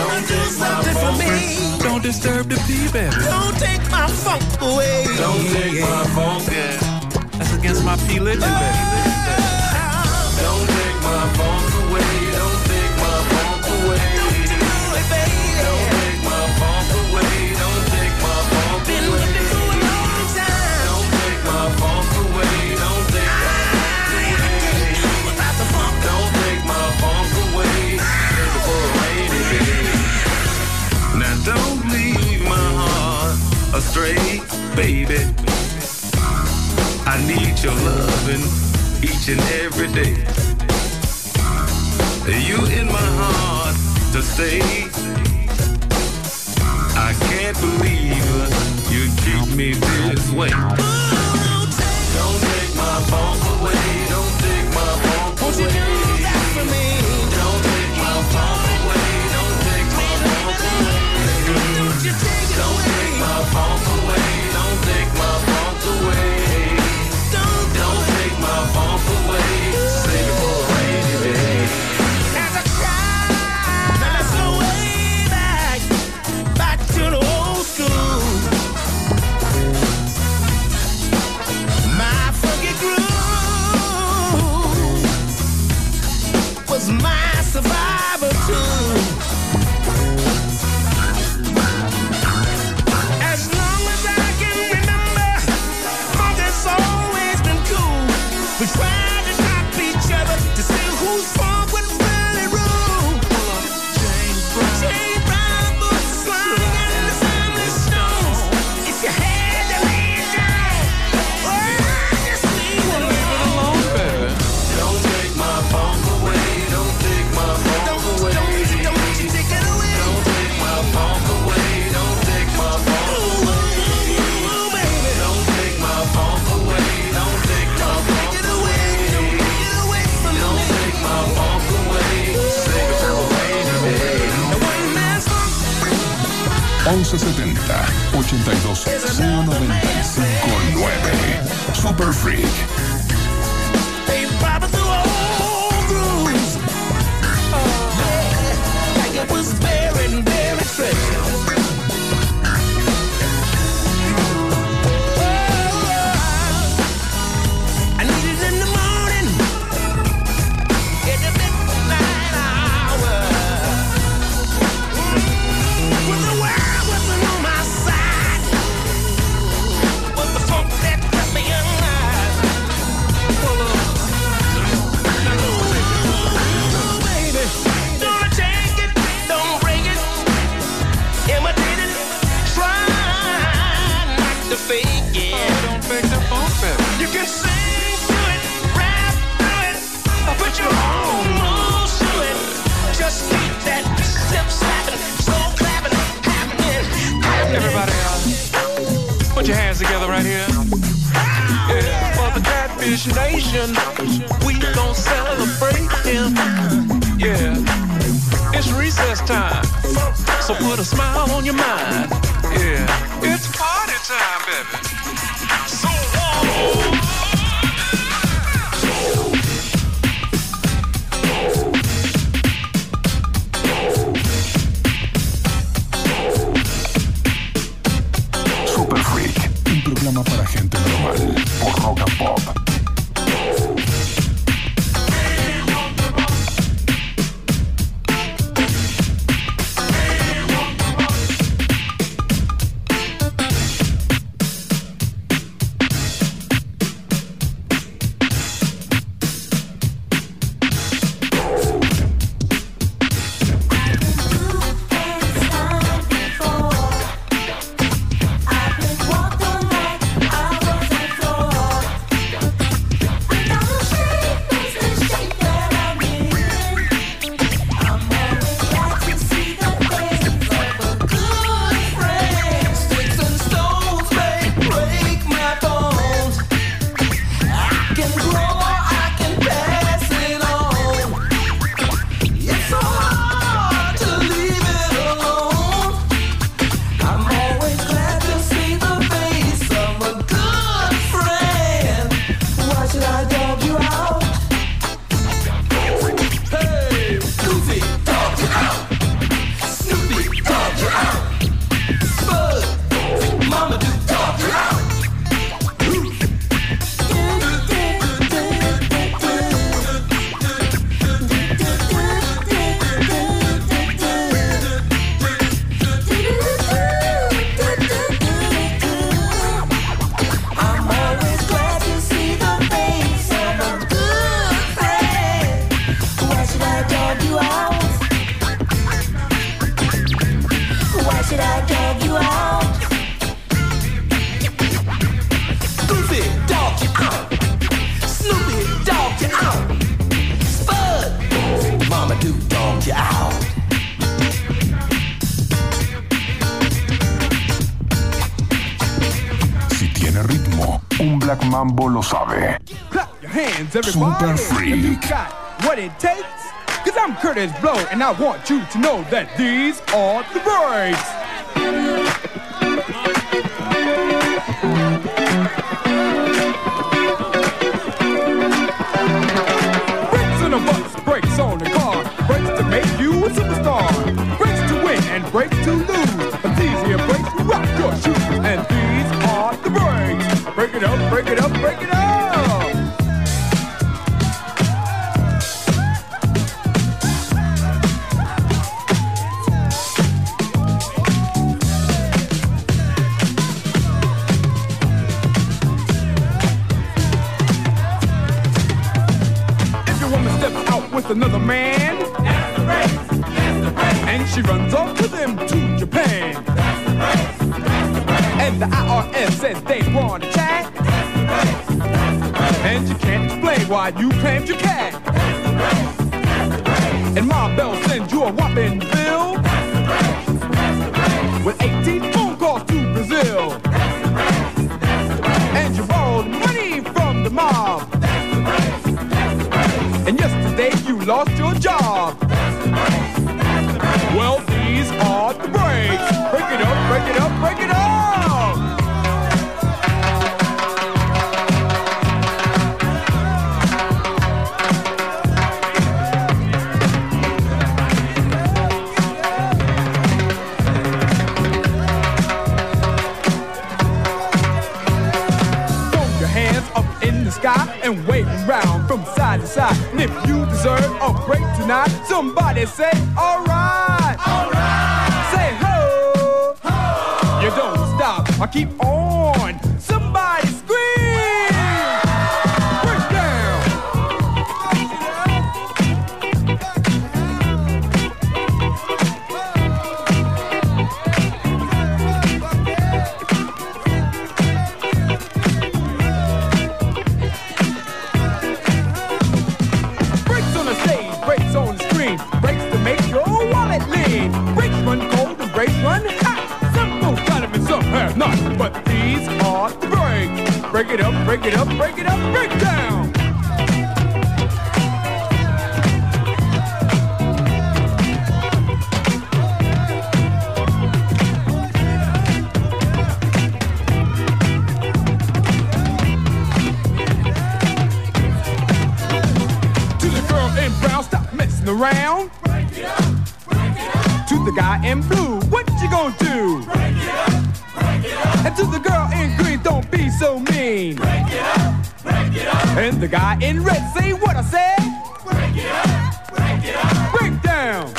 Don't disturb the people. Don't take my funk away. Don't take my funk, yeah. That's against my religion, baby. Don't take my funk away. Don't take my funk away. Don't do it, baby. Don't take my funk away. Don't take my funk away. Been looking for a long time. Don't take my funk away. Don't take my funk away. Without the funk. Don't take my funk away. Take it for a rainy day. Now don't leave my heart astray, baby. I need your loving each and every day. You in my heart to stay. I can't believe you treat me this way. Don't take my funk away. Don't take my funk away. Won't you do that for me? Don't take my funk away. Don't take my funk away. Don't you take it Don't away. Take my funk away. Don't take my funk away. Don't, don't take my funk away. Save it for a rainy day. As I cry, now let's go way back, back to the old school. My funky groove was my survival too. As long as I can remember, funk has always been cool. We tried to top each other to see whose funk would really rule. James Brown, James Brown, Boots Slung, and the Family Stones. If you had to lay it down, oh, just leave it alone, baby. Don't take my funk away. Don't take my funk don't, away. Don't, don't you take it away. Don't take my funk away. Don't take my funk away. Ooh, baby. Don't take my funk away. Don't take my funk away. Don't take it away from me. Don't take my funk away. Save it for a rainy day. And one man's funk. once setenta, ochenta y dos, cero noventa y cinco nueve. Super Freak. They pop it through old grooves. Oh, yeah. Like it was very, very treasure. I need it in the morning, in the midnight hour. When the world wasn't on my side, was the funk that kept me alive. Ooh, baby, don't take it, don't break it, imitate it, try not to fake it. Don't fake the funk, baby. You can sing to it, rap to it, put your own moves to it. Just keep that step slapping, soul clapping, your hands together right here. Yeah, for the Catfish Nation, we gon' celebrate him. Yeah, it's recess time, so put a smile on your mind. Yeah, it's party time, baby. So warm. Super Freak, un programa para gente normal, por Rock and Pop. Mambo lo sabe. Clap your hands, everybody. Super Freak. If you got what it takes, cause I'm Curtis Blow, and I want you to know that these are the breaks. Brakes on a bus, brakes on a car, brakes to make you a superstar, brakes to win and brakes to lose. But these here brakes will rock your shoes, and these are the breaks. Break it up, break it up, break it up. If your woman steps out with another man, that's the race, that's the race. And she runs off with him to Japan, that's the race, that's the race. And the I R S says they want to chat, and you can't explain why you claimed your cat. And Ma Bell sends you a whopping bill with eighteen phone calls to Brazil. And you borrowed money from the mob. And yesterday you lost your job. Well, these are the breaks. Break it up, break it up, break it up. And waving round from side to side. And if you deserve a break tonight, somebody say, alright, alright. Say ho, ho. You don't stop, I keep on. Somebody scream, break down. Brakes run cold and brakes run hot. Some folks got them and some have not. But these break it up, break it up, break it up, break down. To the girl in brown, stop messing around. Break it up, break it up. To the guy in blue, what you gonna do? Break it up, break it up. And to the girl in green, don't be so mean. Break it up, break it up. And the guy in red, say what I said. Break it up, break it up. Break down.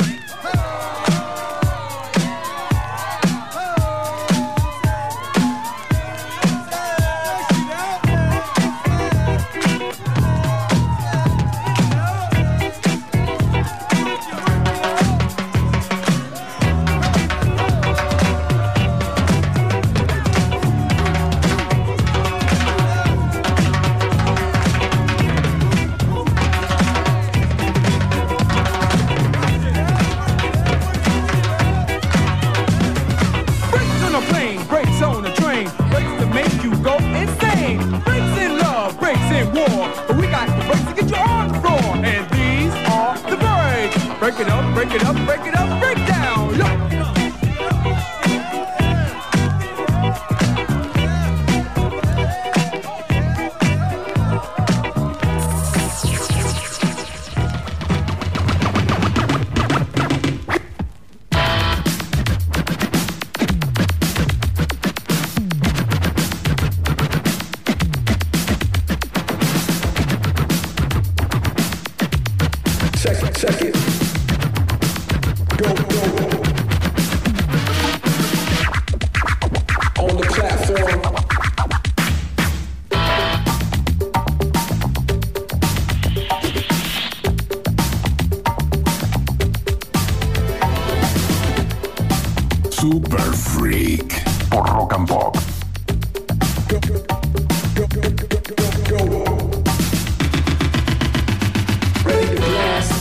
Break it up, break it up, break it up, break down. Look. Check it, check it. Go, go. On the platform. Super Freak por Rock and Pop. Ready to blast.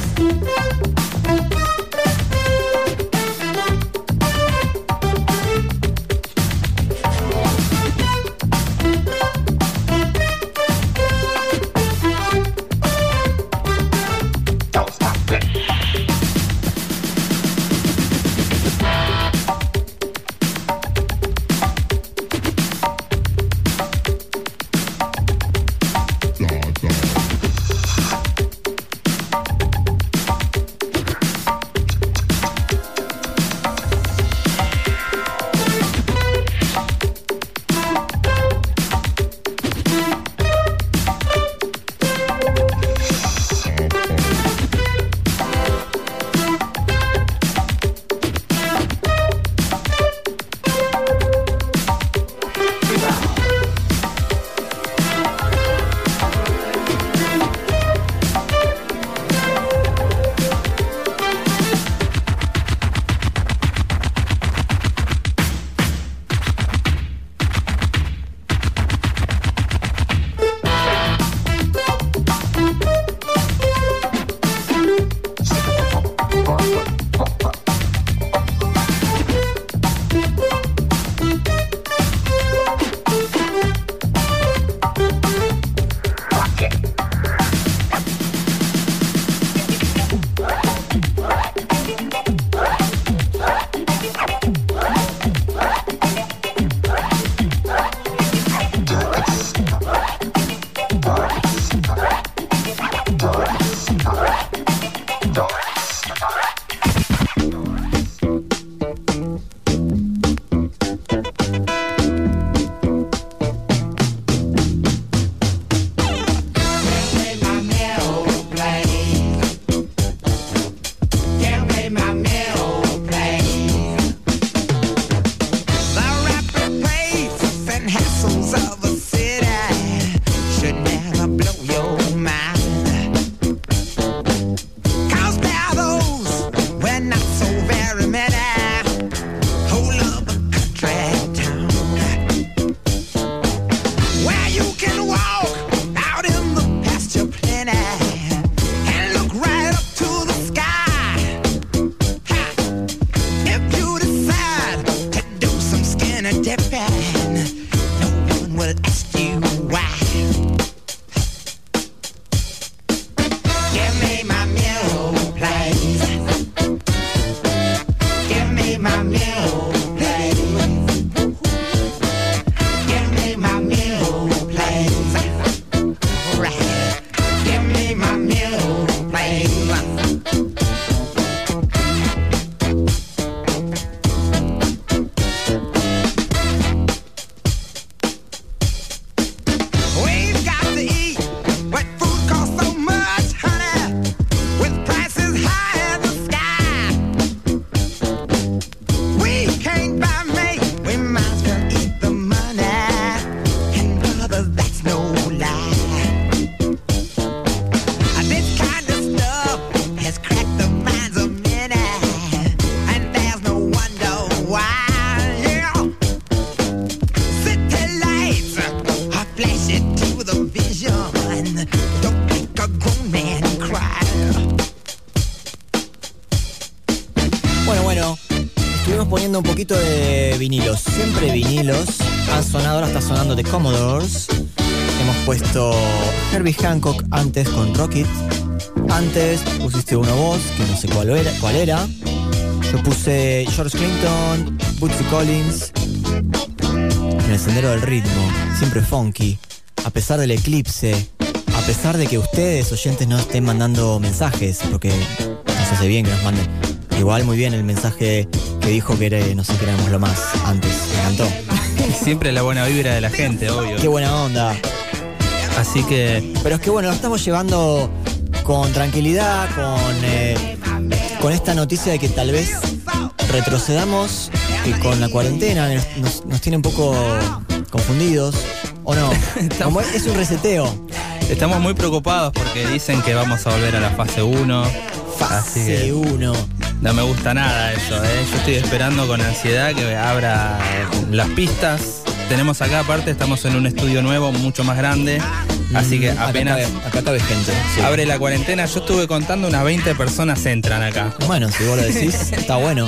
why. Give me my mule, please. Give me my mule, please. Give me my mule, please. Right. Give me my mule, please. We've got to eat. What food costs so much, honey? With prices high as the sky. We can't buy me. We might as well eat the money. And brother, that's no lie. This kind of stuff has cracked the minds of many. And there's no wonder why. Yeah. City lights are flashing to the vision. Don't make a grown man cry. Bueno, bueno, estuvimos poniendo un poquito de vinilos, siempre vinilos. Han sonado, ahora está sonando The Commodores. Hemos puesto Herbie Hancock antes con Rocket. Antes pusiste uno vos, que no sé cuál era. Cuál era. Yo puse George Clinton, Bootsy Collins. En el sendero del ritmo, siempre funky. A pesar del eclipse, a pesar de que ustedes, oyentes, no estén mandando mensajes, porque nos hace bien que nos manden. Igual muy bien el mensaje que dijo que era, no sé, que éramos lo más antes. Me encantó. Siempre la buena vibra de la gente, obvio. Qué buena onda. Así que... Pero es que bueno, lo estamos llevando con tranquilidad, con, eh, con esta noticia de que tal vez retrocedamos y con la cuarentena nos, nos, nos tiene un poco confundidos, ¿o no? Como es un reseteo. Estamos muy preocupados porque dicen que vamos a volver a la fase uno. Fase uno. No me gusta nada eso, ¿eh? Yo estoy esperando con ansiedad que abra las pistas. Tenemos acá, aparte, estamos en un estudio nuevo, mucho más grande. Así que apenas acá cabe, acá cabe gente, sí. Abre la cuarentena. Yo estuve contando, unas veinte personas entran acá. Bueno, si vos lo decís, está bueno.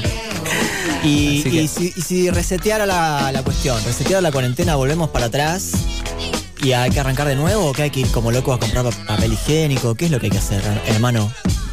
Y, que... y, si, y si reseteara la, la cuestión, reseteara la cuarentena, volvemos para atrás y hay que arrancar de nuevo, o que hay que ir como locos a comprar papel higiénico. ¿Qué es lo que hay que hacer, hermano?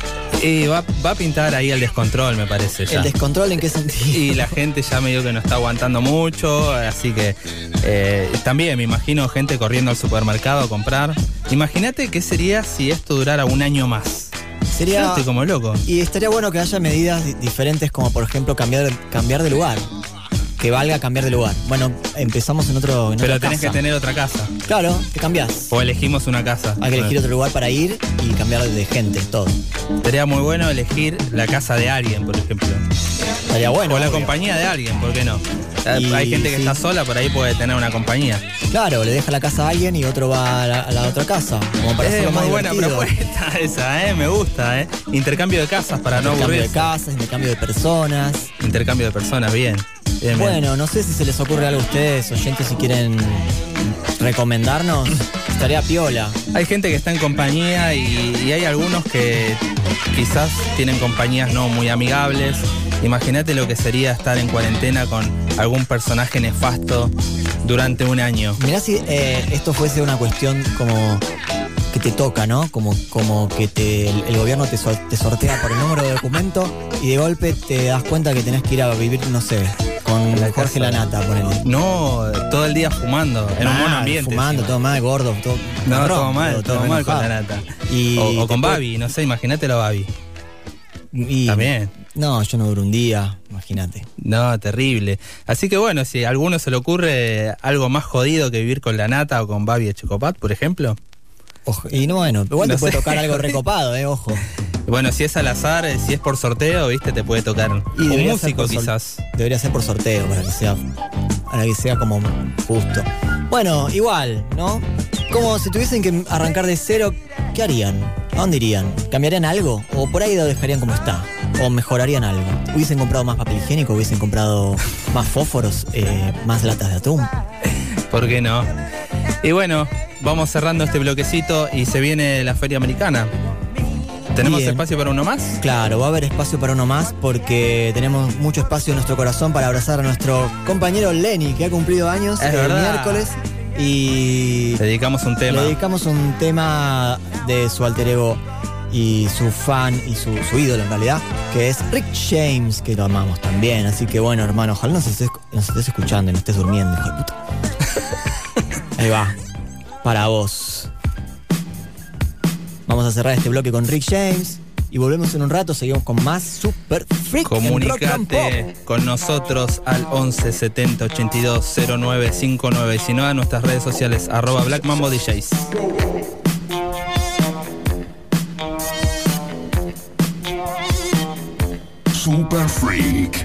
Y va, va a pintar ahí el descontrol, me parece ya. ¿El descontrol en qué sentido? Y la gente ya me dijo que no está aguantando mucho, así que eh, también me imagino gente corriendo al supermercado a comprar. Imagínate qué sería si esto durara un año más. Sería... Yo estoy como loco. Y estaría bueno que haya medidas di- diferentes, como por ejemplo cambiar, cambiar de lugar. Que valga cambiar de lugar. Bueno, empezamos en otro en Pero otra tenés casa. que tener otra casa. Claro, te cambiás. O elegimos una casa. Hay que elegir otro lugar para ir y cambiar de gente, todo. Sería muy bueno elegir la casa de alguien, por ejemplo. Estaría bueno. O la obvio. compañía de alguien, ¿por qué no? Y, Hay gente que sí. está sola, por ahí puede tener una compañía. Claro, le deja la casa a alguien y otro va a la, a la otra casa. Como para Es hacerlo más muy buena divertido. propuesta esa, ¿eh? Me gusta, ¿eh? Intercambio de casas para no Intercambio de aburrirse. casas, intercambio de personas. Intercambio de personas, bien. Bien, bien. Bueno, no sé si se les ocurre algo a ustedes, oyentes, si quieren recomendarnos. Estaría piola. Hay gente que está en compañía y, y hay algunos que quizás tienen compañías no muy amigables. Imagínate lo que sería estar en cuarentena con algún personaje nefasto durante un año. Mirá si eh, esto fuese una cuestión como que te toca, ¿no? Como, como que te, el, el gobierno te, sor- te sortea por el número de documento y de golpe te das cuenta que tenés que ir a vivir, no sé, con La Jorge casa. Lanata, ponele. No, todo el día fumando, en un Mal, buen ambiente. Fumando, encima. todo mal, gordo, todo. No, marrón, todo mal, todo, mal con enojado. la nata. Y o, o te con puede- Babi, no sé, imagínatelo a Babi. Y- También. No, yo no duro un día, imagínate. No, terrible. Así que bueno, si a alguno se le ocurre algo más jodido que vivir con la nata o con Babi de Chocopat, por ejemplo. Ojo, y no, bueno, igual No te puede sé. tocar algo recopado, eh, ojo. Bueno, si es al azar, eh, si es por sorteo, viste, te puede tocar Y un debería ser músico por sol- quizás. Debería ser por sorteo para que sea para que sea como justo. Bueno, igual, ¿no? Como si tuviesen que arrancar de cero, ¿qué harían? ¿A dónde irían? ¿Cambiarían algo? ¿O por ahí lo dejarían como está? ¿O mejorarían algo? ¿Hubiesen comprado más papel higiénico? ¿Hubiesen comprado más fósforos? Eh, ¿Más latas de atún? ¿Por qué no? Y bueno, vamos cerrando este bloquecito y se viene la Feria Americana. ¿Tenemos Bien. espacio para uno más? Claro, va a haber espacio para uno más porque tenemos mucho espacio en nuestro corazón para abrazar a nuestro compañero Lenny, que ha cumplido años Es el verdad. miércoles y Le dedicamos un tema. le dedicamos un tema de su alter ego y su fan y su, su ídolo en realidad, que es Rick James, que lo amamos también. Así que bueno, hermano, ojalá nos estés, nos estés escuchando y no estés durmiendo, hijo de puta. Ahí va, para vos. Vamos a cerrar este bloque con Rick James y volvemos en un rato, seguimos con más Super Freak. Comunicate con nosotros al once setenta ochenta y dos cero nueve cincuenta y nueve y si no a nuestras redes sociales arroba Black Mambo D Js. Super Freak.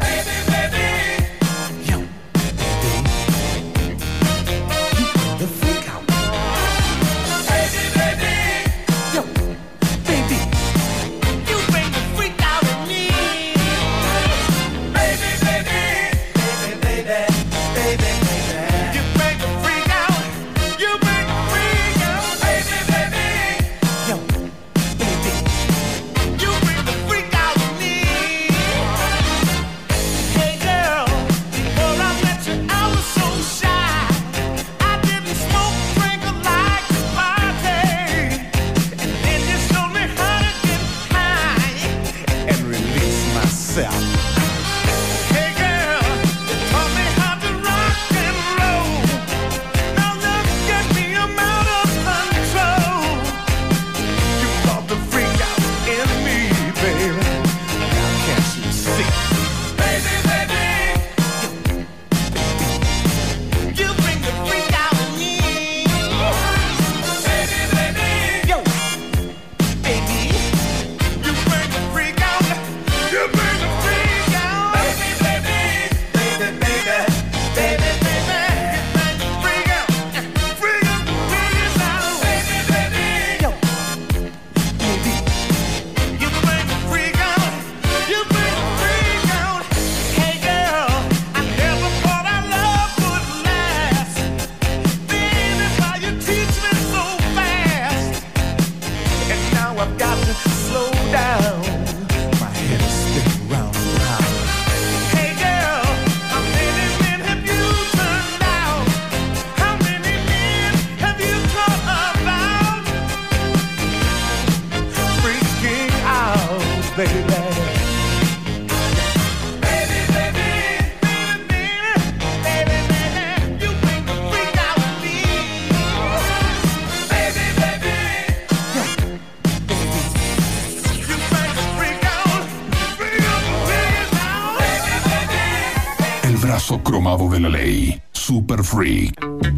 Brazo cromado de la ley. Super Freak.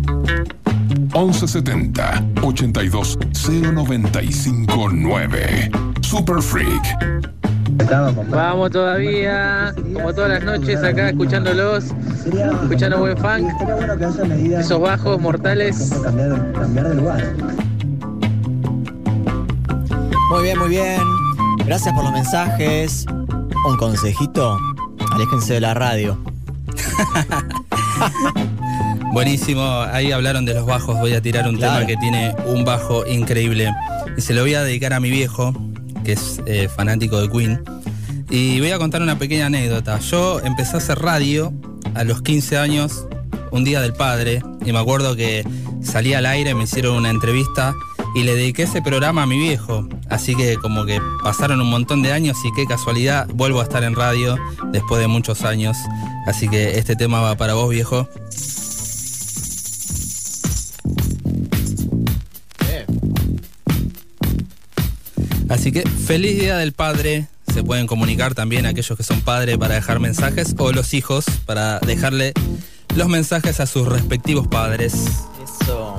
once setenta ochenta y dos cero noventa y cinco nueve. Super Freak. Vamos todavía, como todas las noches acá escuchándolos, escuchando buen funk, esos bajos mortales. Muy bien, muy bien. Gracias por los mensajes. Un consejito, aléjense de la radio. Buenísimo, ahí hablaron de los bajos. Voy a tirar un Claro. tema que tiene un bajo increíble y se lo voy a dedicar a mi viejo, que es eh, fanático de Queen. Y voy a contar una pequeña anécdota. Yo empecé a hacer radio a los quince años, un día del padre, y me acuerdo que salí al aire, me hicieron una entrevista y le dediqué ese programa a mi viejo. Así que como que pasaron un montón de años y qué casualidad, vuelvo a estar en radio después de muchos años. Así que este tema va para vos, viejo. Así que feliz Día del Padre. Se pueden comunicar también aquellos que son padres para dejar mensajes, o los hijos para dejarle los mensajes a sus respectivos padres. Eso.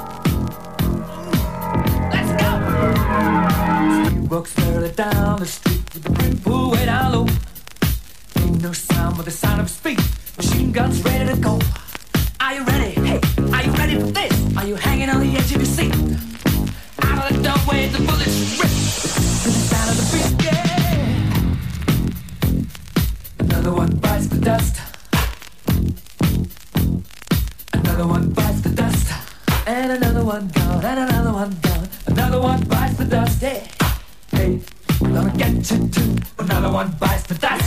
Walks further down the street with the brim pulled way down low. Ain't no sound but the sound of his feet. Machine guns ready to go. Are you ready? Hey, are you ready for this? Are you hanging on the edge of your seat? Out of the doorway, the bullets rip to the sound of the beat. Yeah. Another one bites the dust. Another one bites the dust. And another one gone. And another one gone. Another one bites the dust. Yeah. Hey, we're gonna get you too. Another one bites the dust.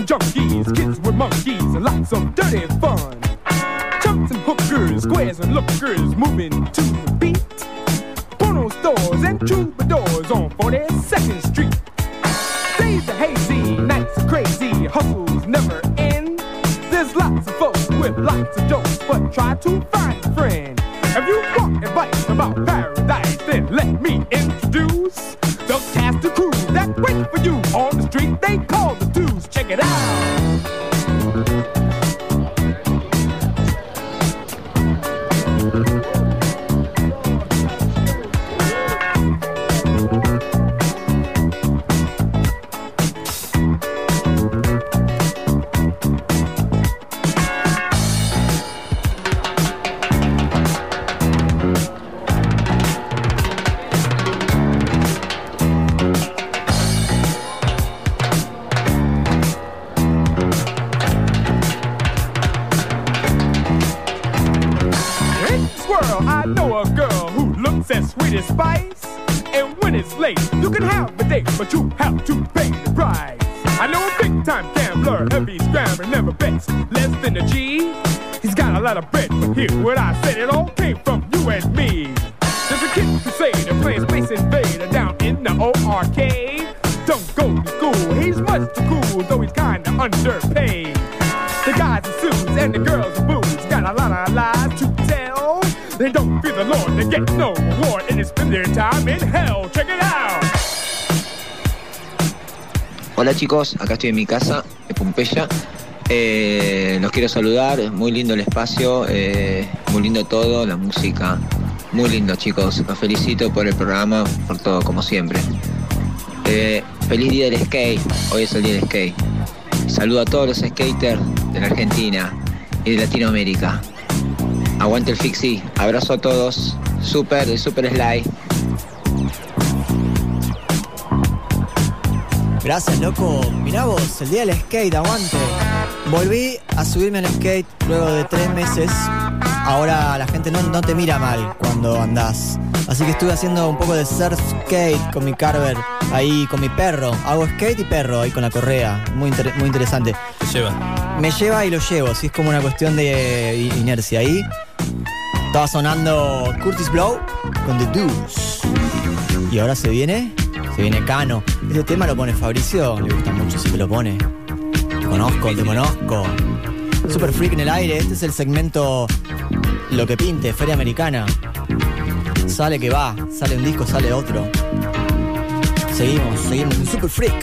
junkies, kids with monkeys, and lots of dirty fun. Chumps and hookers, squares and lookers, moving to the beat. Porno stores and troubadours on forty-second Street. Days are hazy, nights are crazy, hustles never end. There's lots of folks with lots of jokes, but try to find a friend. If you want advice about paradise, then let me introduce the cast of crew that wait for you on the street they call the Deuce. Check it out. As sweet as spice, and when it's late, you can have the date, but you have to pay the price. I know a big time gambler, heavy scrambler, never bets less than a G. He's got a lot of bread, but hear what I said, it all came from you and me. There's a kid crusader playing Space Invader down in the old arcade. Don't go to school, he's much too cool, though he's kinda underpaid. The guys are suits and the girls are booze, got a lot of lies to tell. They don't fear the Lord, they get no reward, and they spend their time in hell. Check it out. Hola chicos, acá estoy en mi casa, de Pompeya. Eh, los quiero saludar, es muy lindo el espacio, eh, muy lindo todo, la música. Muy lindo chicos, los felicito por el programa, por todo, como siempre. Eh, feliz día del skate, hoy es el día del skate. Saludo a todos los skaters de la Argentina y de Latinoamérica. Aguante el Fixie, abrazo a todos, super, de Super Sly. Gracias, loco. Mirá vos, el día del skate, aguante. Volví a subirme al skate luego de tres meses. Ahora la gente no, no te mira mal cuando andás. Así que estuve haciendo un poco de surf skate con mi Carver, ahí con mi perro. Hago skate y perro ahí con la correa. Muy, inter- muy interesante. Te lleva. Me lleva y lo llevo, así es como una cuestión de inercia ahí. Estaba sonando Curtis Blow con The Deuce. Y ahora se viene, se viene Cano. Este tema lo pone Fabricio, le gusta mucho, si te lo pone. Te conozco, te conozco. Super Freak en el aire, este es el segmento Lo que pinte, Feria Americana. Sale que va, sale un disco, sale otro. Seguimos, seguimos en Super Freak.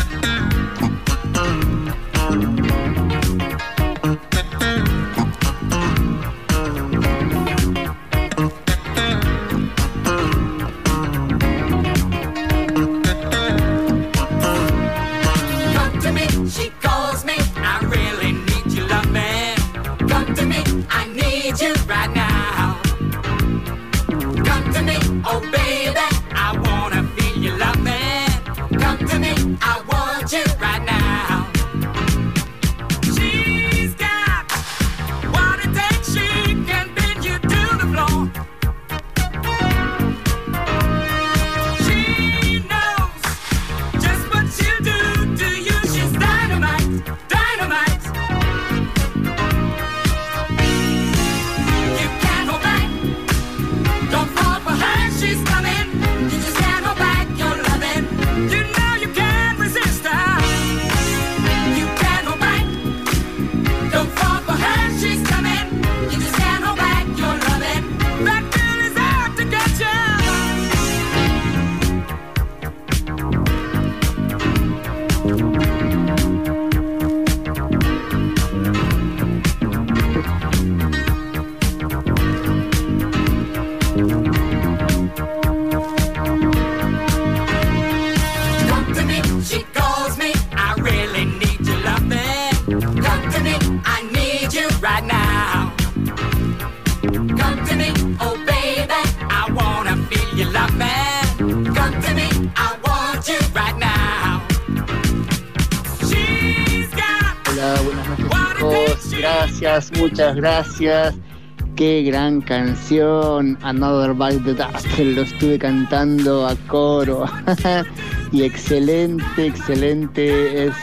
Gracias, muchas gracias. Qué gran canción, Another Bite the Dust, que lo estuve cantando a coro. Y excelente, excelente es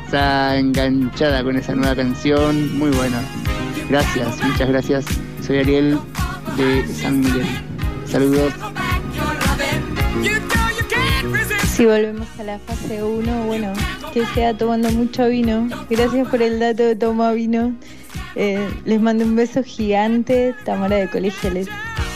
casa enganchada con esa nueva canción, muy buena. Gracias, muchas gracias. Soy Ariel de San Miguel. Saludos. Si volvemos a la fase uno, bueno, que sea tomando mucho vino. Gracias por el dato de toma vino. Eh, les mando un beso gigante, Tamara de Colegiales.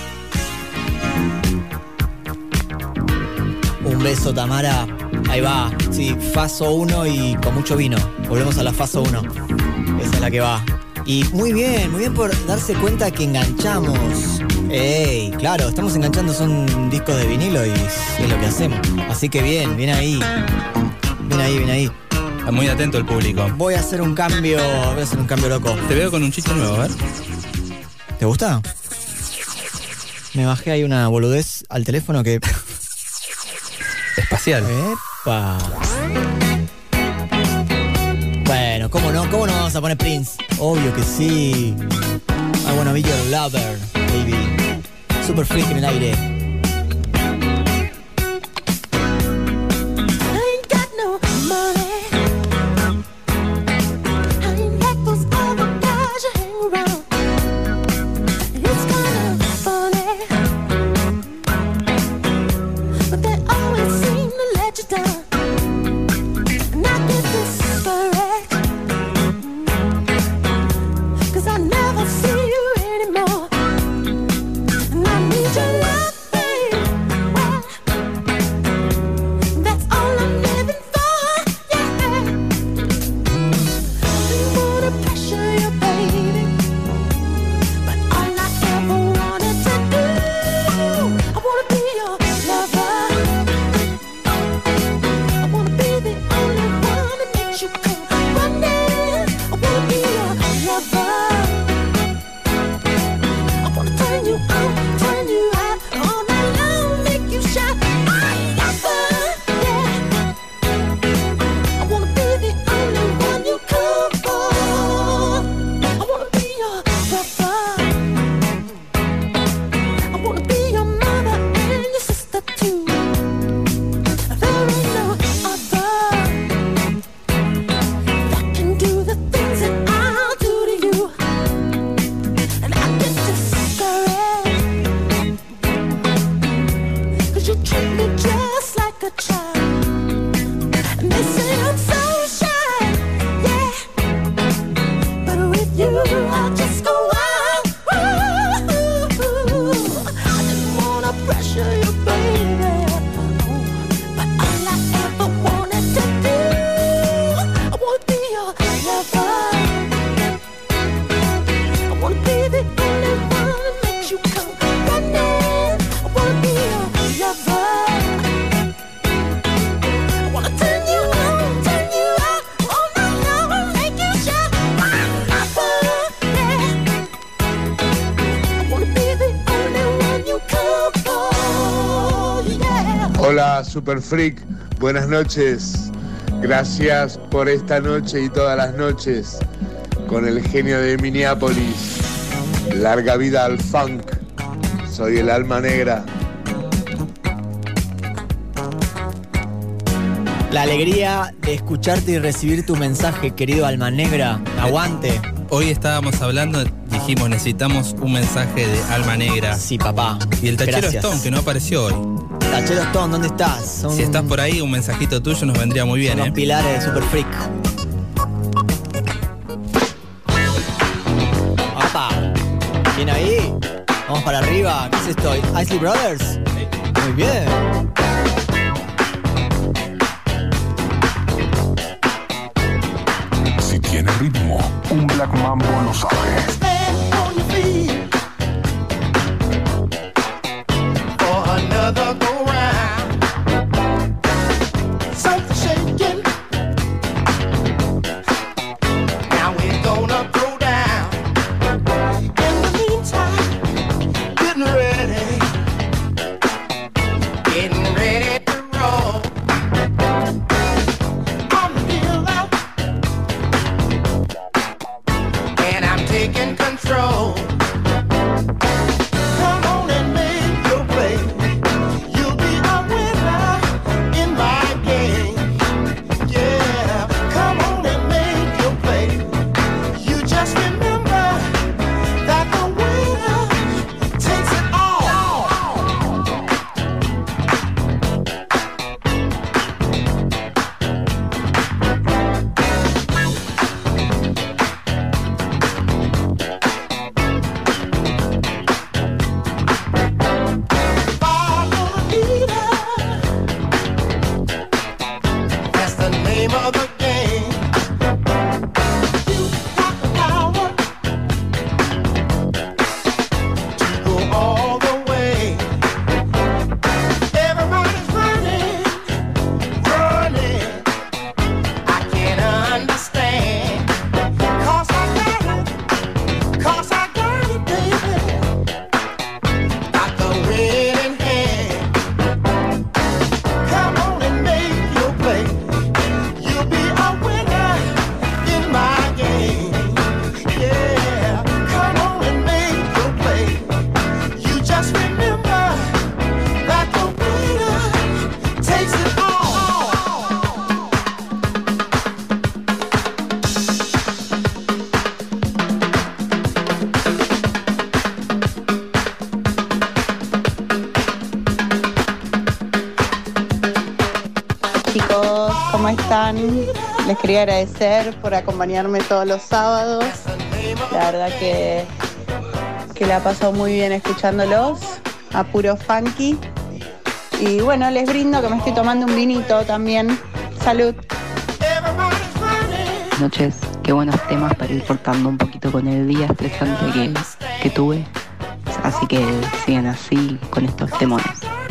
Un beso, Tamara. Ahí va. Sí, faso uno y con mucho vino. Volvemos a la faso uno. Esa es la que va. Y muy bien, muy bien por darse cuenta que enganchamos. Ey, claro, estamos enganchando, son discos de vinilo y es lo que hacemos. Así que bien, bien ahí. Bien ahí, bien ahí. Está muy atento el público. Voy a hacer un cambio, voy a hacer un cambio loco. Te veo con un chiste nuevo, a ver. ¿Te gusta? Me bajé ahí una boludez al teléfono que... Espacial. Epa. Bueno, ¿cómo no? ¿Cómo no vamos a poner Prince? Obvio que sí. I wanna be your lover, baby. Super Freak en el aire. Hola Super Freak, buenas noches. Gracias por esta noche y todas las noches con el genio de Minneapolis. Larga vida al funk. Soy el alma negra. La alegría de escucharte y recibir tu mensaje, querido alma negra. Aguante. Hoy estábamos hablando, dijimos necesitamos un mensaje de alma negra. Sí, papá. Y el Tachero Gracias. Stone, que no apareció hoy. Tachero Stone, ¿dónde estás? Son Si estás por ahí, un mensajito tuyo nos vendría muy bien, los ¿eh? pilares de Super Freak. ¡Opa! ¿Bien ahí? Vamos para arriba. ¿Qué es esto? ¿Isley Brothers? Muy bien. Si tiene ritmo, un Black Mambo lo sabe. Another go round, something shaking. Now we're gonna throw down. In the meantime, getting ready, getting ready to roll. I'm the dealer, and I'm taking control. Come on and make your play. Come on están? Les quería agradecer por acompañarme todos los sábados. La verdad que, que la paso muy bien escuchándolos, a puro funky. Y bueno, les brindo que me estoy tomando un vinito también. Salud. Buenas noches, qué buenos temas para ir cortando un poquito con el día estresante que, que tuve. Así que sigan así con estos temones.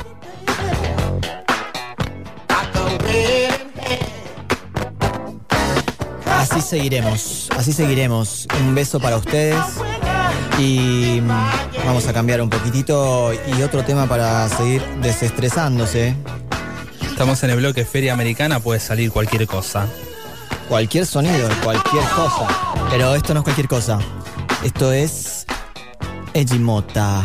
Así seguiremos, así seguiremos. Un beso para ustedes. Y vamos a cambiar un poquitito y otro tema para seguir desestresándose. Estamos en el bloque Feria Americana, puede salir cualquier cosa. Cualquier sonido, cualquier cosa. Pero esto no es cualquier cosa. Esto es Ejimota.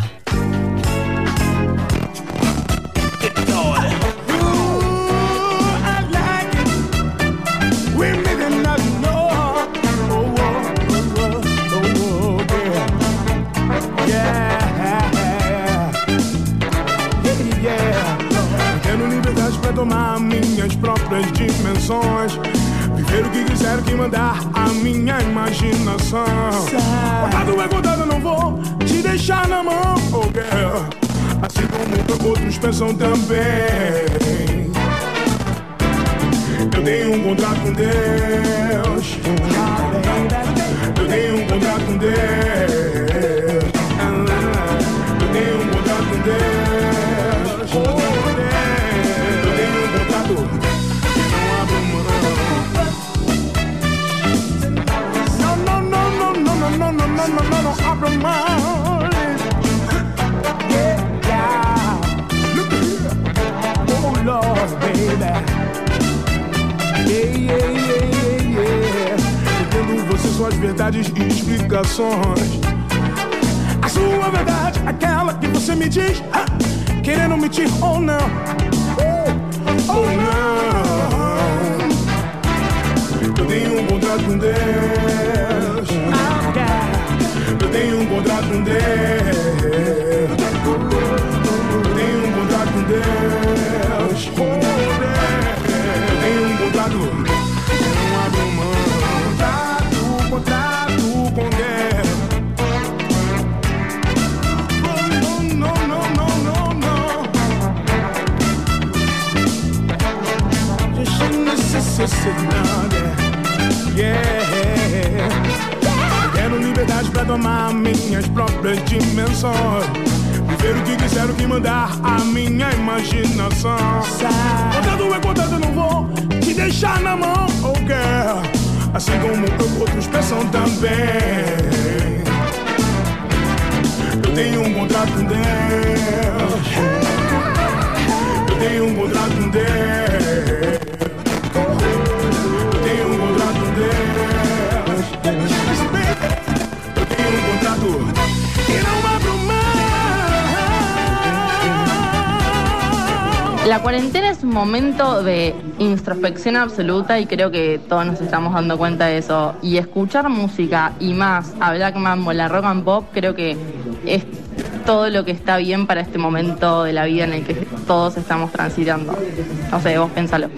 Tomar minhas próprias dimensões, viver o que quiser, que mandar a minha imaginação. Contado é contado, não vou te deixar na mão, oh girl. Assim como outros pensam também. Eu tenho um contrato com Deus. Eu tenho um contrato com Deus. Eu tenho um contrato com Deus. Oh, no, no, no, no, no, no, abra mão. Yeah, yeah. Look here. Oh, Lord, baby. Yeah, yeah, yeah, yeah, yeah. Entendo você, suas verdades e explicações. A sua verdade, aquela que você me diz, ha, querendo mentir ou não. Uh, ou não. Eu tenho um contrato com Deus. Eu tenho um contrato com Deus. Eu tenho um contrato com Deus. Eu tenho um contrato. Eu não abro mão. Contrato, contrato com Deus. Oh, no, no, no, no, no. Deixa necessidade. Yeah. Quero liberdade pra tomar minhas próprias dimensões, viver o que quiser, o que mandar a minha imaginação. Contado é contado, eu não vou te deixar na mão, oh girl. Assim como outros pensam também. Eu tenho um contrato com Deus. Eu tenho um contrato com Deus. Eu tenho um contrato com Deus. Eu tenho um contrato e não abro mão. La cuarentena es un momento de introspección absoluta y creo que todos nos estamos dando cuenta de eso. Y escuchar música y más a Black Mambo, la rock and pop, creo que es todo lo que está bien para este momento de la vida en el que todos estamos transitando. No sé, vos pensalo.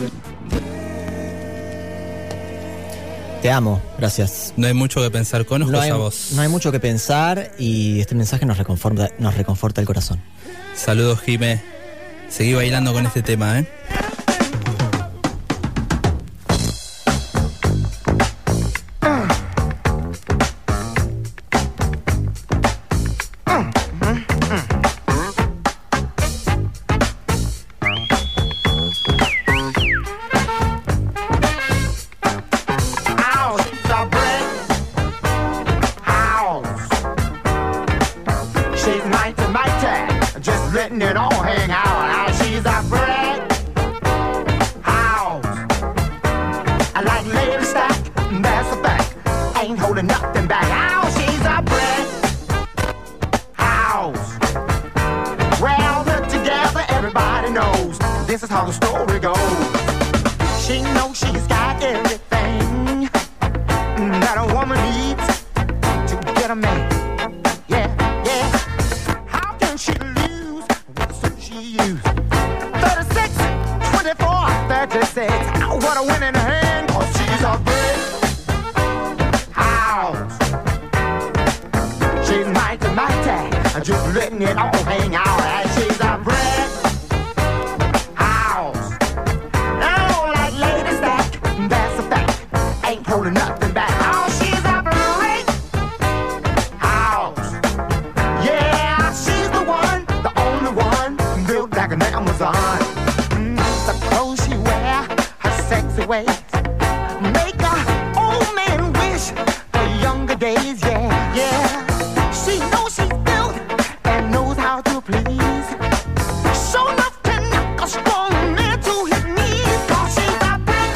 Te amo, gracias. No hay mucho que pensar, conozco no hay, a vos. No hay mucho que pensar y este mensaje nos reconforta, nos reconforta el corazón. Saludos, Jimé. Seguí bailando con este tema, ¿eh? What a just letting it all hang out. And she's a brick house. Oh, like lady stack, that's a fact. Ain't holding nothing back. Oh, she's a brick house. Yeah, she's the one, the only one, built like an Amazon. Mm, the clothes she wear, her sexy ways, make a old man wish for younger days. Yeah, yeah. She knows she's built and knows how to please. So enough to knock a strong man to his knees. Cause she's a brick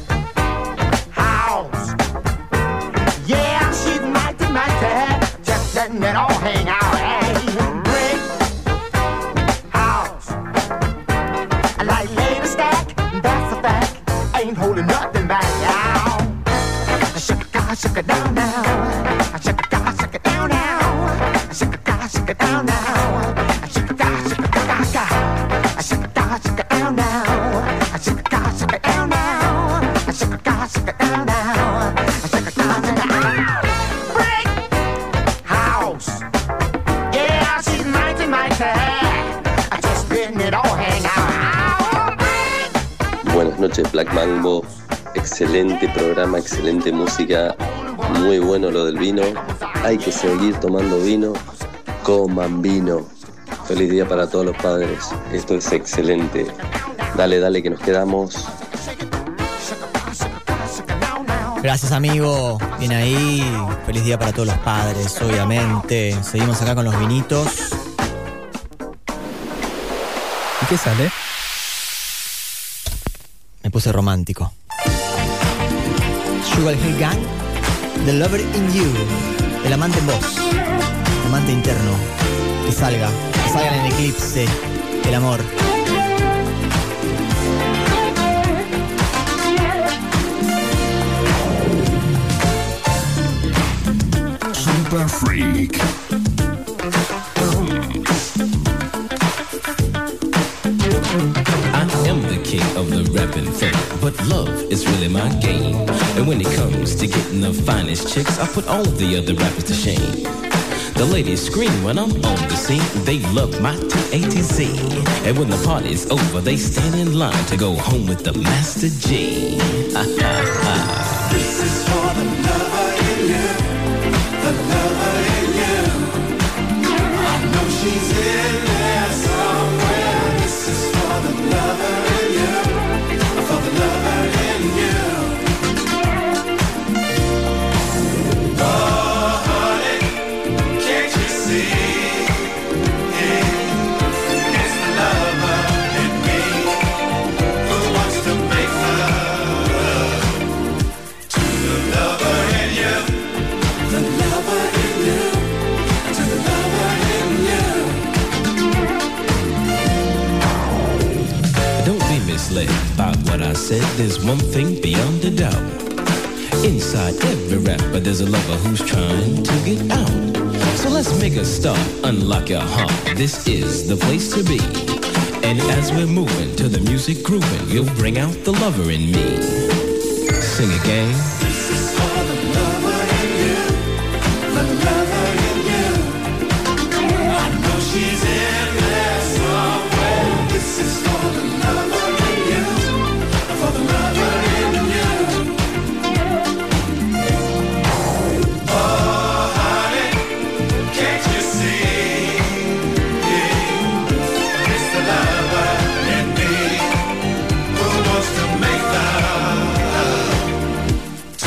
house. Yeah, she's mighty, mighty, just letting it all hang out. Hey, brick house. Like lady stack, that's a fact. Ain't holding nothing back. Now, shake it, God, shake it down now. Shake it, God, shake it down now. Shake it, God, shake it down now. Shake it, God, shake it, God, God. Shake it, God, shake it down now. Shake it, God, shake it down now. Shake it, God, shake it down now. Shake it, God, shake it down. Brick house. Yeah, she's mighty, mighty. Just letting it all hang out. Buenas noches, Black Mambo. Excelente programa, excelente música. Muy bueno lo del vino. Hay que seguir tomando vino. Coman vino. Feliz día para todos los padres. Esto es excelente. Dale, dale, que nos quedamos. Gracias, amigo. Bien ahí. Feliz día para todos los padres, obviamente. Seguimos acá con los vinitos. ¿Y qué sale? Me puse romántico. Sugar Hill Gang, The Lover in You, el amante en vos, el amante interno, que salga, que salga en el eclipse, el amor. Super Freak. I am the king of the rapping thing, but love is really my game. And when it comes to getting the finest chicks, I put all the other rappers to shame. The ladies scream when I'm on the scene. They love my T A T Z. And when the party's over, they stand in line to go home with the Master G. Ha ha ha. This is for the lover in you, the lover in you. I know she's in there somewhere. This is for the lover in you, for the lover in you. Oh, honey, can't you see? It's the lover in me who wants to make love to the lover in you, the lover in you, to the lover in you. Don't be misled by what I said. There's one thing beyond a doubt. Inside every rapper, there's a lover who's trying to get out. So let's make a start, unlock your heart. This is the place to be. And as we're moving to the music grooving, you'll bring out the lover in me. Sing again. This is for the lover in you, the lover in you. I know she's in there somewhere. This is for the lover in you, for the lover in you. Oh, honey, can't you see? It's the lover in me who wants to make love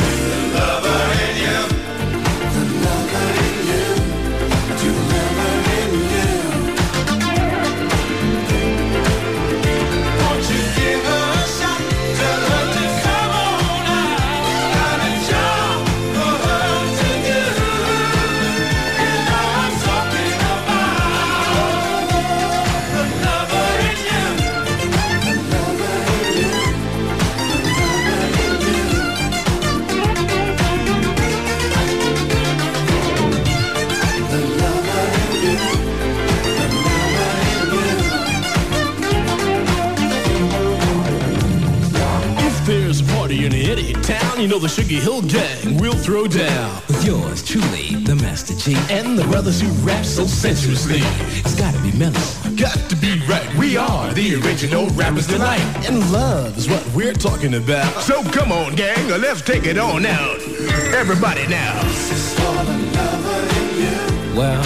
you know the Sugar Hill Gang will throw down. With yours truly, the Master G, and the brothers who rap so sensuously. It's gotta be mellow, got to be right. We are the original rappers tonight, and love is what we're talking about. So come on, gang, let's take it on out. Everybody now. Well.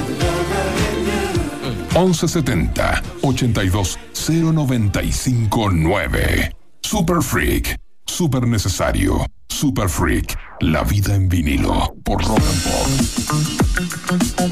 once setenta, ochenta y dos, cero noventa y cinco nueve. Super Freak, super necesario. Super Freak, la vida en vinilo por Rock and Pop.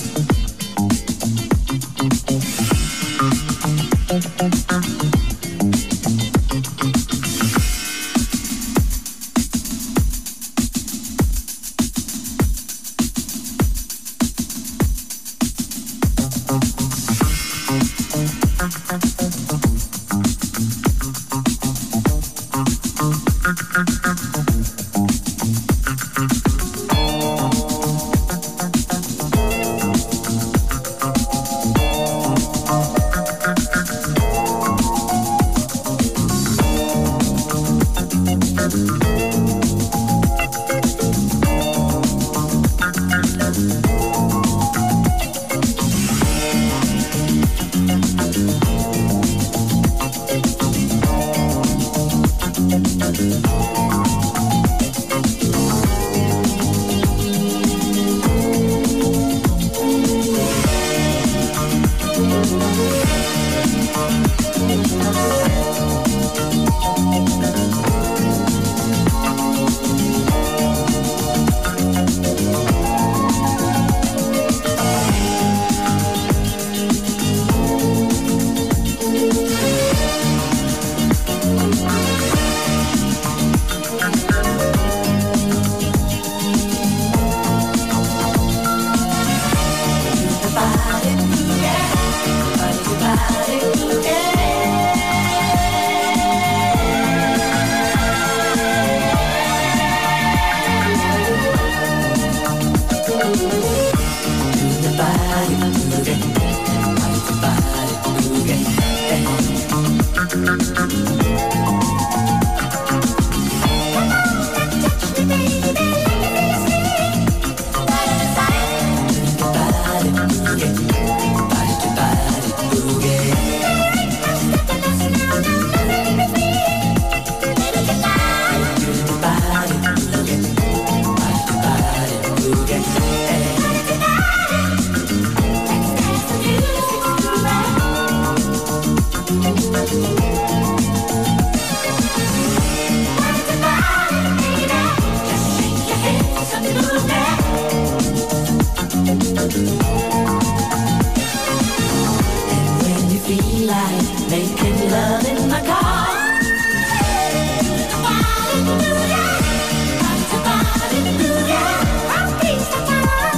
Bye.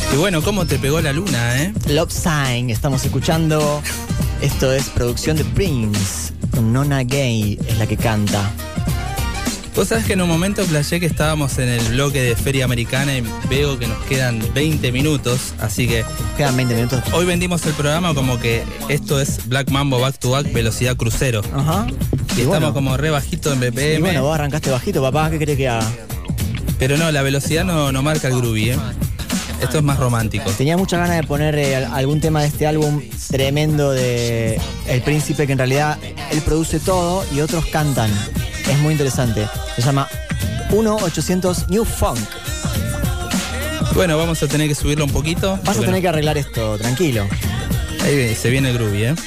Y bueno, ¿cómo te pegó la luna, eh? Love Sign, estamos escuchando. Esto es producción de Prince. Con Nona Gay es la que canta. Vos sabés que en un momento playé que estábamos en el bloque de Feria Americana y veo que nos quedan veinte minutos, así que... Nos quedan veinte minutos. Hoy vendimos el programa como que esto es Black Mambo Back to Back, velocidad crucero. Ajá. Y, Y estamos bueno. como re bajito en B P M. Y bueno, vos arrancaste bajito, papá, ¿qué querés que haga? Pero no, la velocidad no, no marca el groovy, ¿eh? Esto es más romántico. Tenía muchas ganas de poner eh, algún tema de este álbum tremendo de El Príncipe, que en realidad él produce todo y otros cantan. Es muy interesante. Se llama uno ochocientos New Funk. Bueno, vamos a tener que subirlo un poquito. Vas a tener no. que arreglar esto, tranquilo. Ahí se viene el groovy, ¿eh?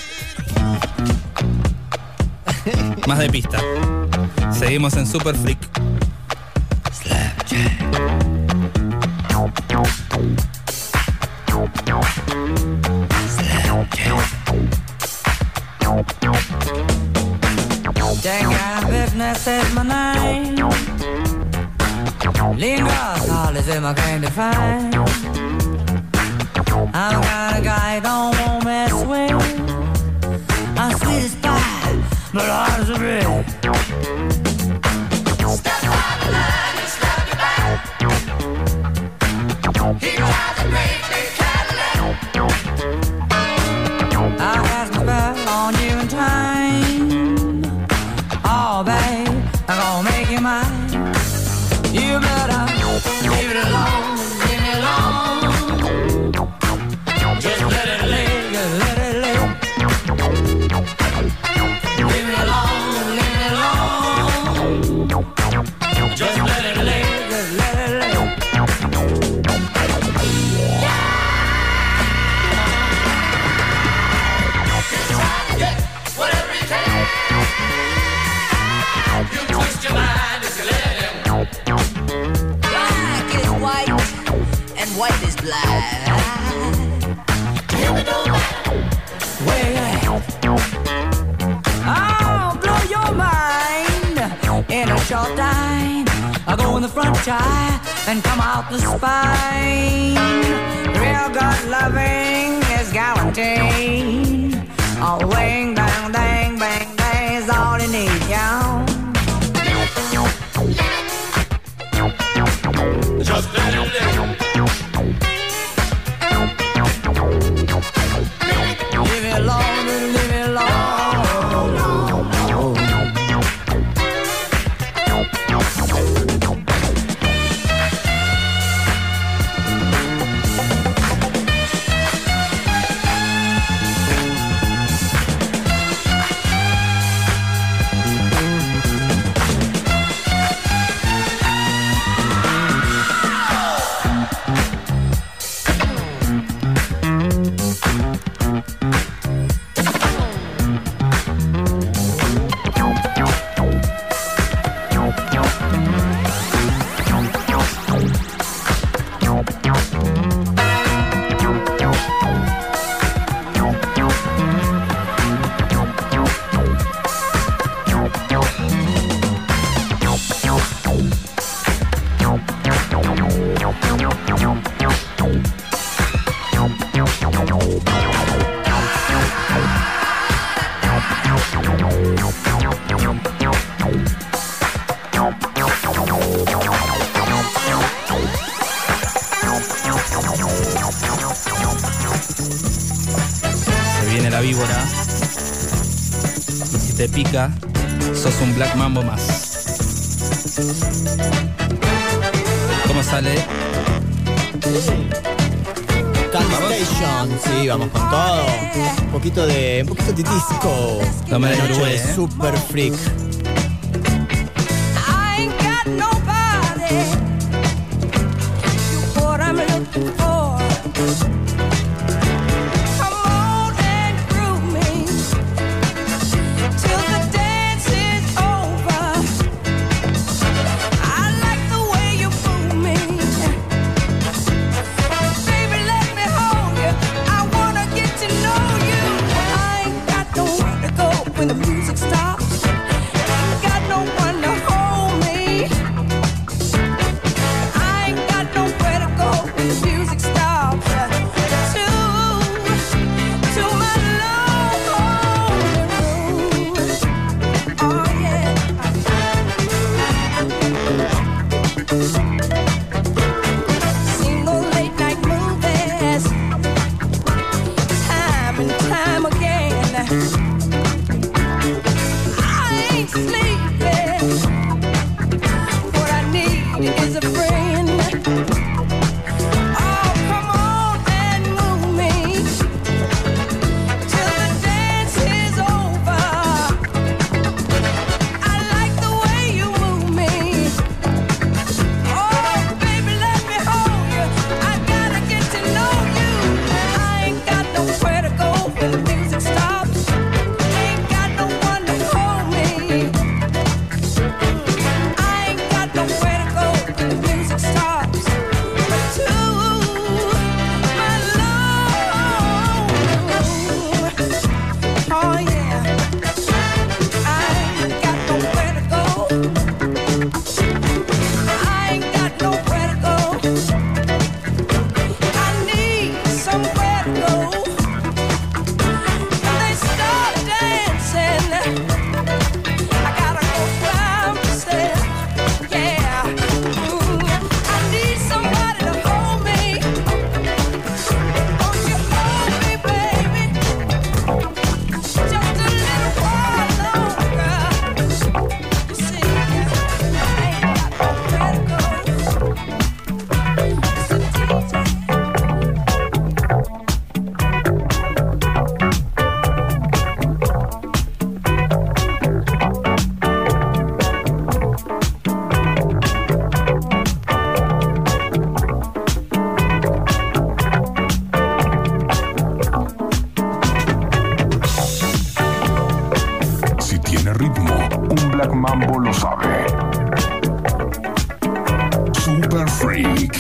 Más de pista. Seguimos en Super Freak. That kind of business is my name. Lean grass, all is in my candy fine. I'm the kind of guy you don't want mess with. I'm sweet as pie, but hard as a brick. Step out the line and slap your back. He drives a great big Cadillac. I cast my spell on you in time. Oh, babe, I'm gonna make you mine. You better leave it alone, leave me alone. Just let it live, just let it live. Leave me alone, leave me alone. Just let it live, just let it live. Just try to get whatever you can. You twist your mind if you let him. Black is white and white is black. Tell me no matter where you at. I'll blow your mind in a short time. I'll go in the front tie and come out the spine. Real good loving is guaranteed. Oh, wing, bang, bang, bang, bang is all you need, y'all. Just let it live. Leave it alone, leave it alone. Se viene la víbora. Y si te pica, sos un Black Mambo más. ¿Cómo sale? Candy Station, sí, vamos con todo. Un poquito de. un poquito de disco. No me La des noche Uruguay, de ¿eh? Super Freak. I ain't got nobody. You what I'm looking for. Come on and groove me till the dance is over. I like the way you move me. Baby, let me hold you. I wanna get to know you. I ain't got nowhere to go when the music stops. Seen those late night movies time and time again. I ain't sleeping. What I need is a friend. Oh, come on and move me till the dance is over. I like the way you move me. Oh, baby, let me hold you. I gotta get to know you. I ain't got nowhere to go when the music stops. Ain't got no one to hold me. I ain't got nowhere to go when the music stops. But to my love, oh yeah, I ain't got nowhere to go. I ain't got nowhere to go. I need somewhere to go. When they start dancing, I gotta go climb the stairs. Yeah, mm. I need somebody to hold me. Won't you hold me, baby? Just a little while longer. You see, I ain't got nowhere to go. It's a D J. Si tiene ritmo, un Black Mambo lo sabe. Super Freak.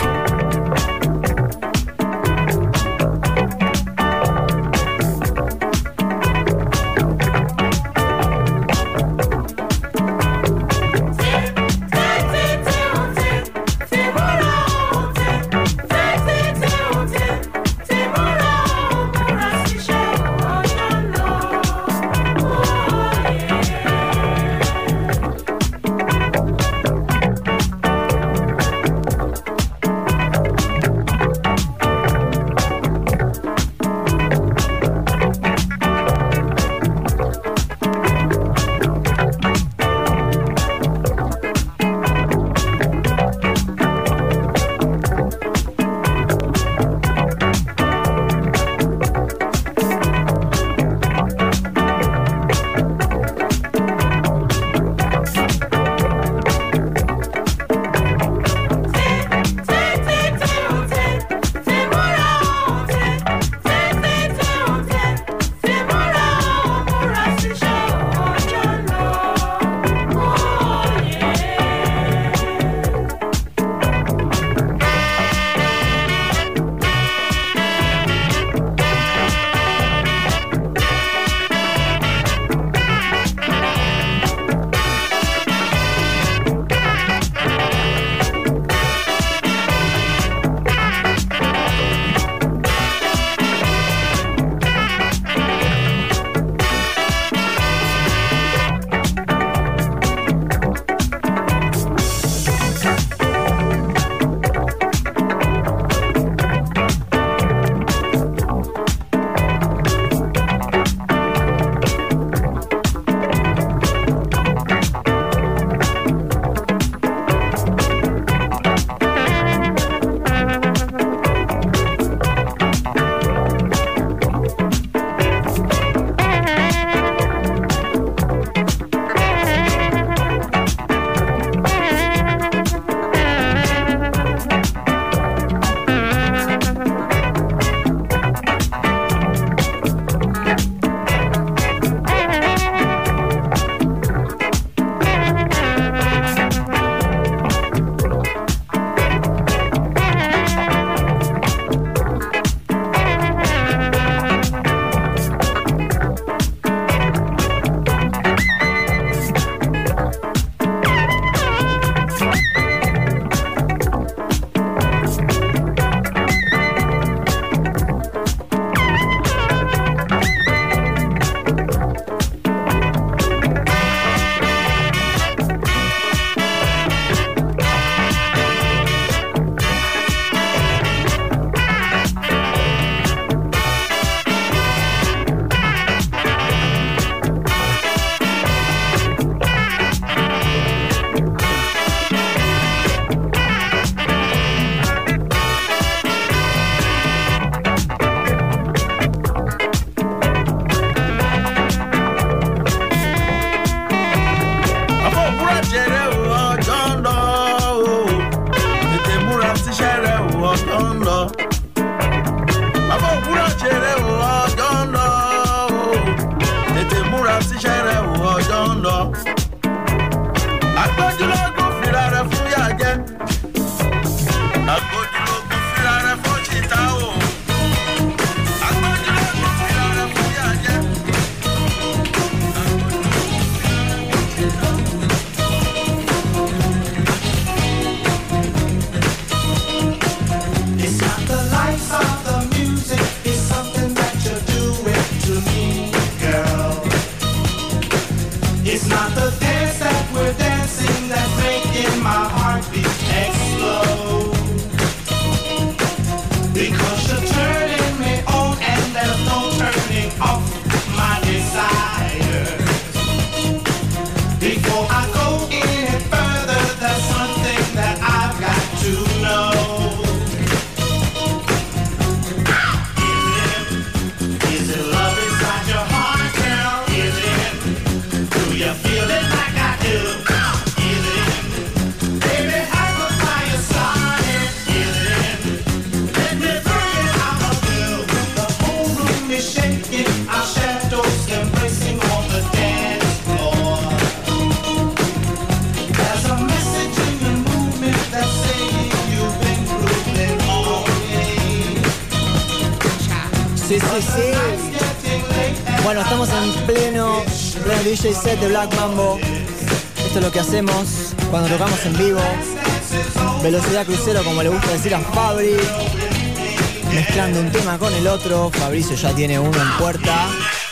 Sí, sí, sí. Bueno, estamos en pleno, pleno D J set de Black Mambo. Esto es lo que hacemos cuando tocamos en vivo. Velocidad crucero, como le gusta decir a Fabri. Mezclando un tema con el otro. Fabricio ya tiene uno en puerta.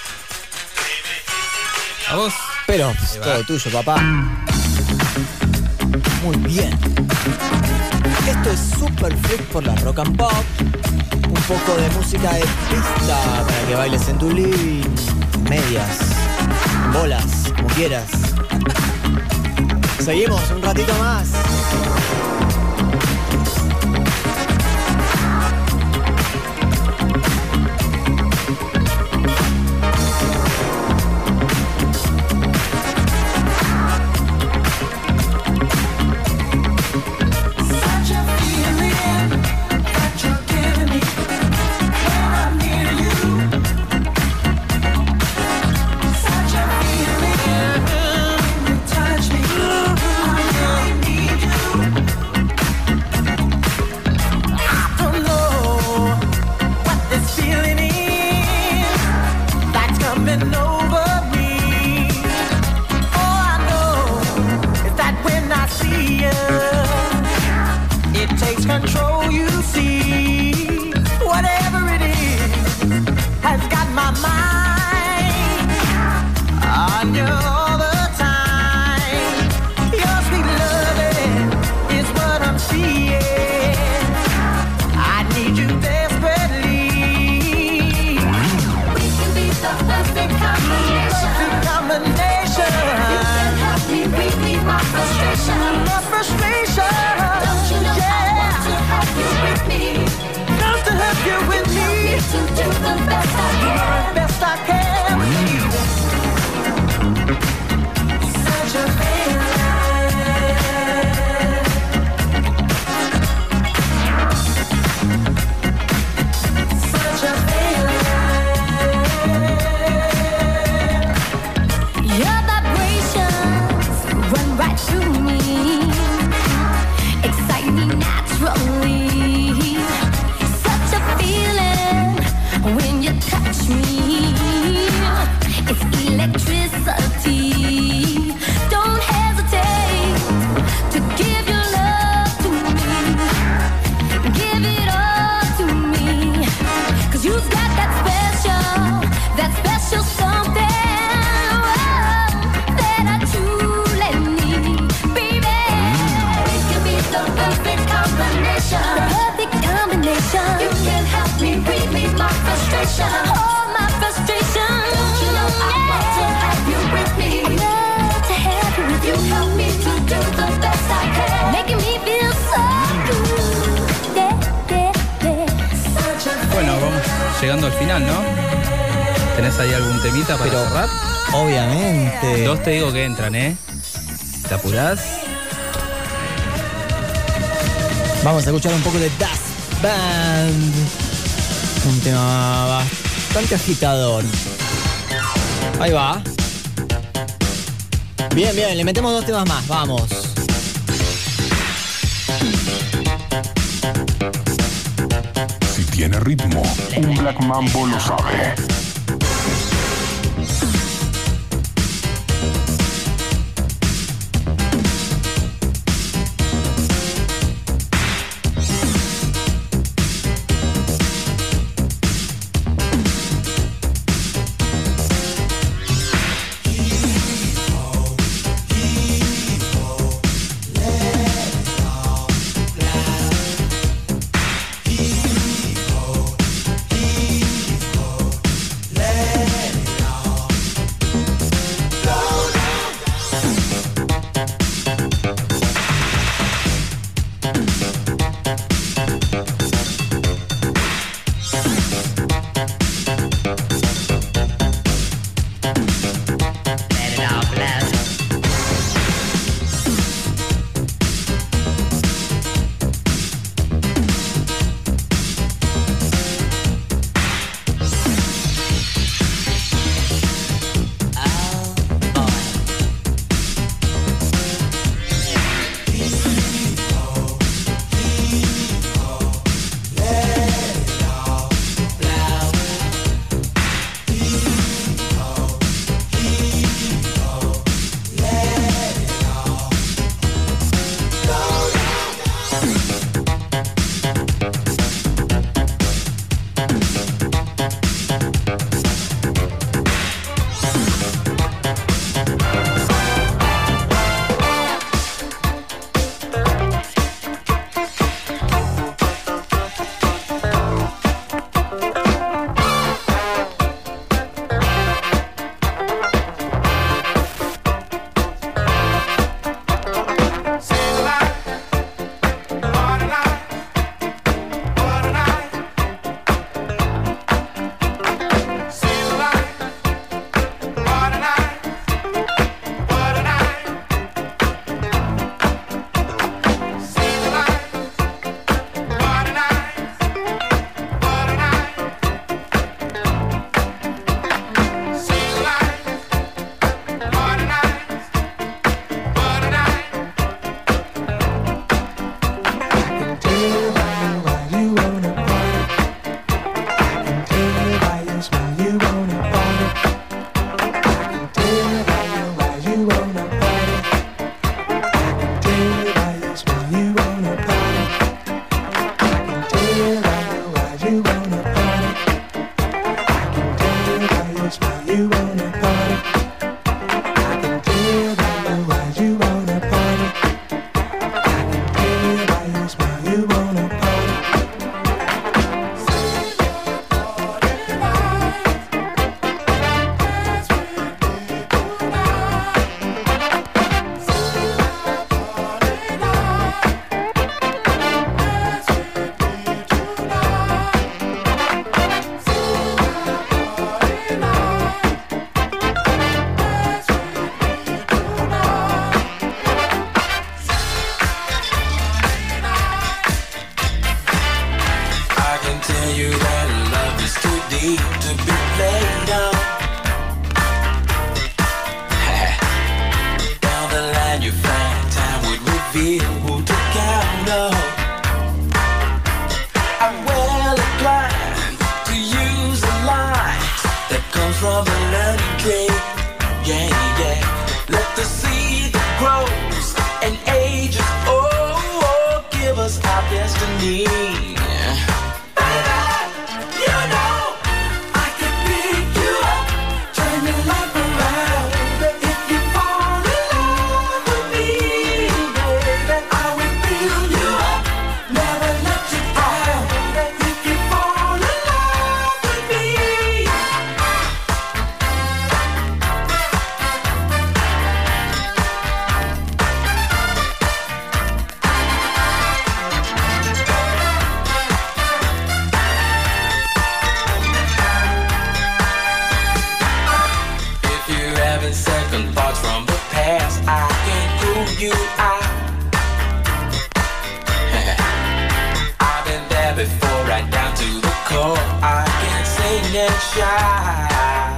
A vos. Pero todo tuyo, papá. Muy bien. Esto es Super Freak por la Rock and Pop. Un poco de música de pista para que bailes en tu living. Medias, bolas, como quieras. Seguimos un ratito más. Llegando al final, ¿no? ¿Tenés ahí algún temita para Pero, cerrar? Obviamente. Dos te digo que entran, ¿eh? ¿Te apurás? Vamos a escuchar un poco de Das Band. Un tema bastante agitador. Ahí va. Bien, bien, le metemos dos temas más, vamos. Si tiene ritmo, un Black Mambo lo sabe. and shine.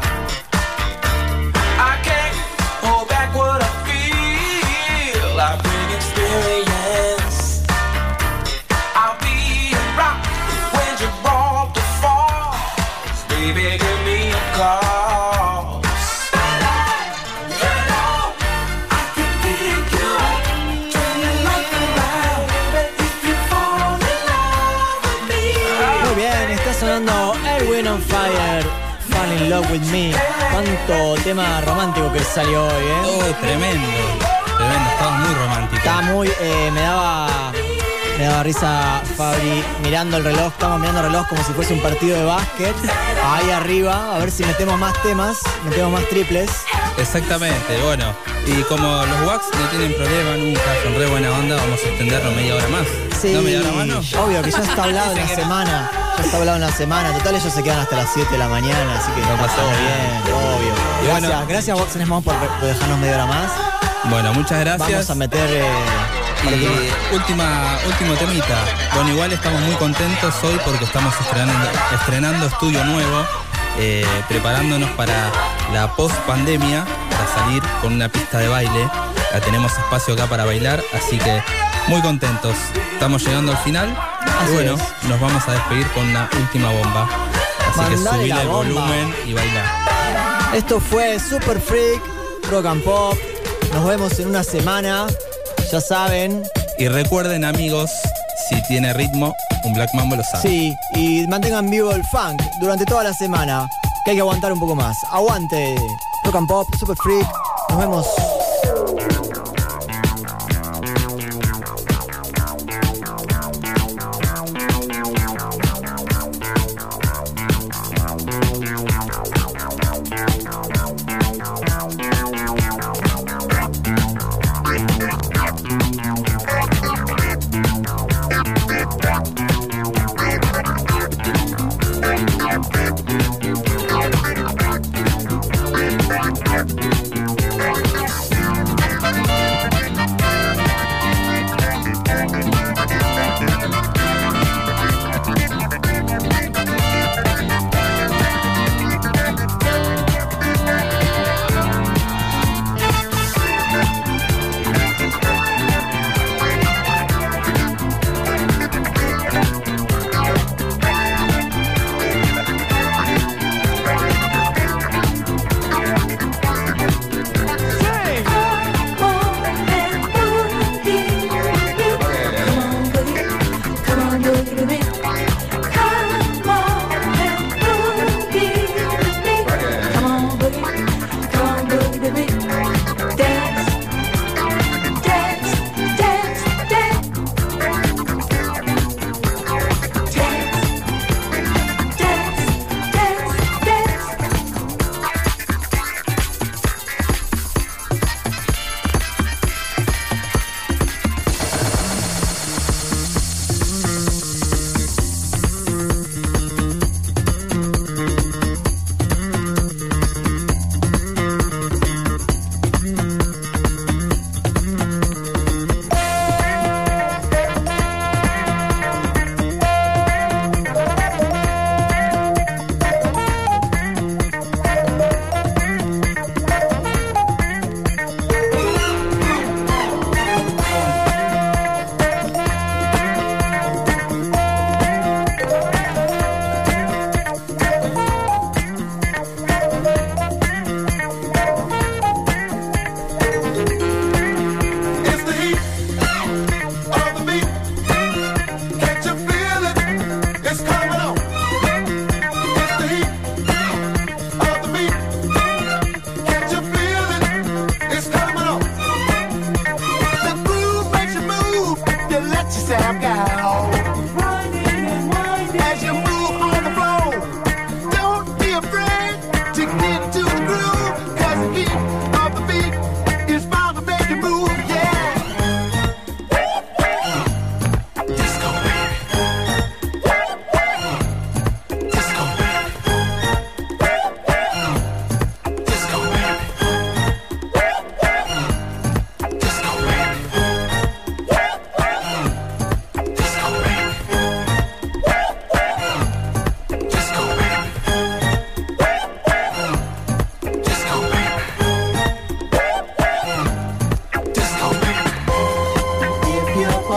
I can't hold back what I feel. I bring experience. I'll be a rock when you're brought to fall. Baby, give me a call. Muy bien, está sonando Earth, Wind and Fire, Fall in Love with Me. Cuánto tema romántico que salió hoy, ¿eh? Oh, tremendo, tremendo, estaba muy romántico. Estaba muy, eh, me daba, me daba risa, Fabri, mirando el reloj. Estamos mirando el reloj como si fuese un partido de básquet. Ahí arriba, a ver si metemos más temas, metemos más triples. Exactamente, bueno, y como los Wax no tienen problema nunca, son re buena onda, vamos a extenderlo media hora más. Sí, ¿No media hora más, no? obvio que ya está hablado en la semana. Ya está hablado en la semana. Total, ellos se quedan hasta las siete de la mañana, así que no pasa todo nada. bien, obvio. Y Gracias, bueno, gracias Wax and Smoke por, por dejarnos media hora más. Bueno, muchas gracias. Vamos a meter... Eh, Y última, último temita. Bueno, igual estamos muy contentos hoy porque estamos estrenando, estrenando estudio nuevo, eh, preparándonos para la post-pandemia, para salir con una pista de baile. Ya tenemos espacio acá para bailar, así que muy contentos. Estamos llegando al final. Así Y bueno, es. nos vamos a despedir con una última bomba. Así Mandale que subile la el bomba. volumen y baila. Esto fue Super Freak, Rock and Pop. Nos vemos en una semana. Ya saben. Y recuerden, amigos, si tiene ritmo, un Black Mambo lo sabe. Sí, y mantengan vivo el funk durante toda la semana, que hay que aguantar un poco más. Aguante Rock and Pop, Super Freak. Nos vemos.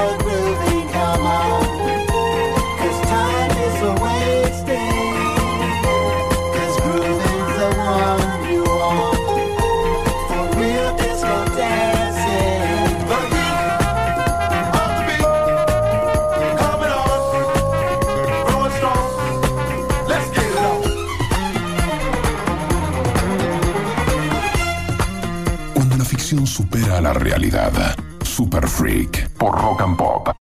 grooving, come on. 'Cause time is a wasting. 'Cause grooving's the one you want. For real disco dancing. The heat of the beat coming on, growing strong. Let's get it on. Cuando la ficción supera a la realidad. Super Freak por Rock and Pop.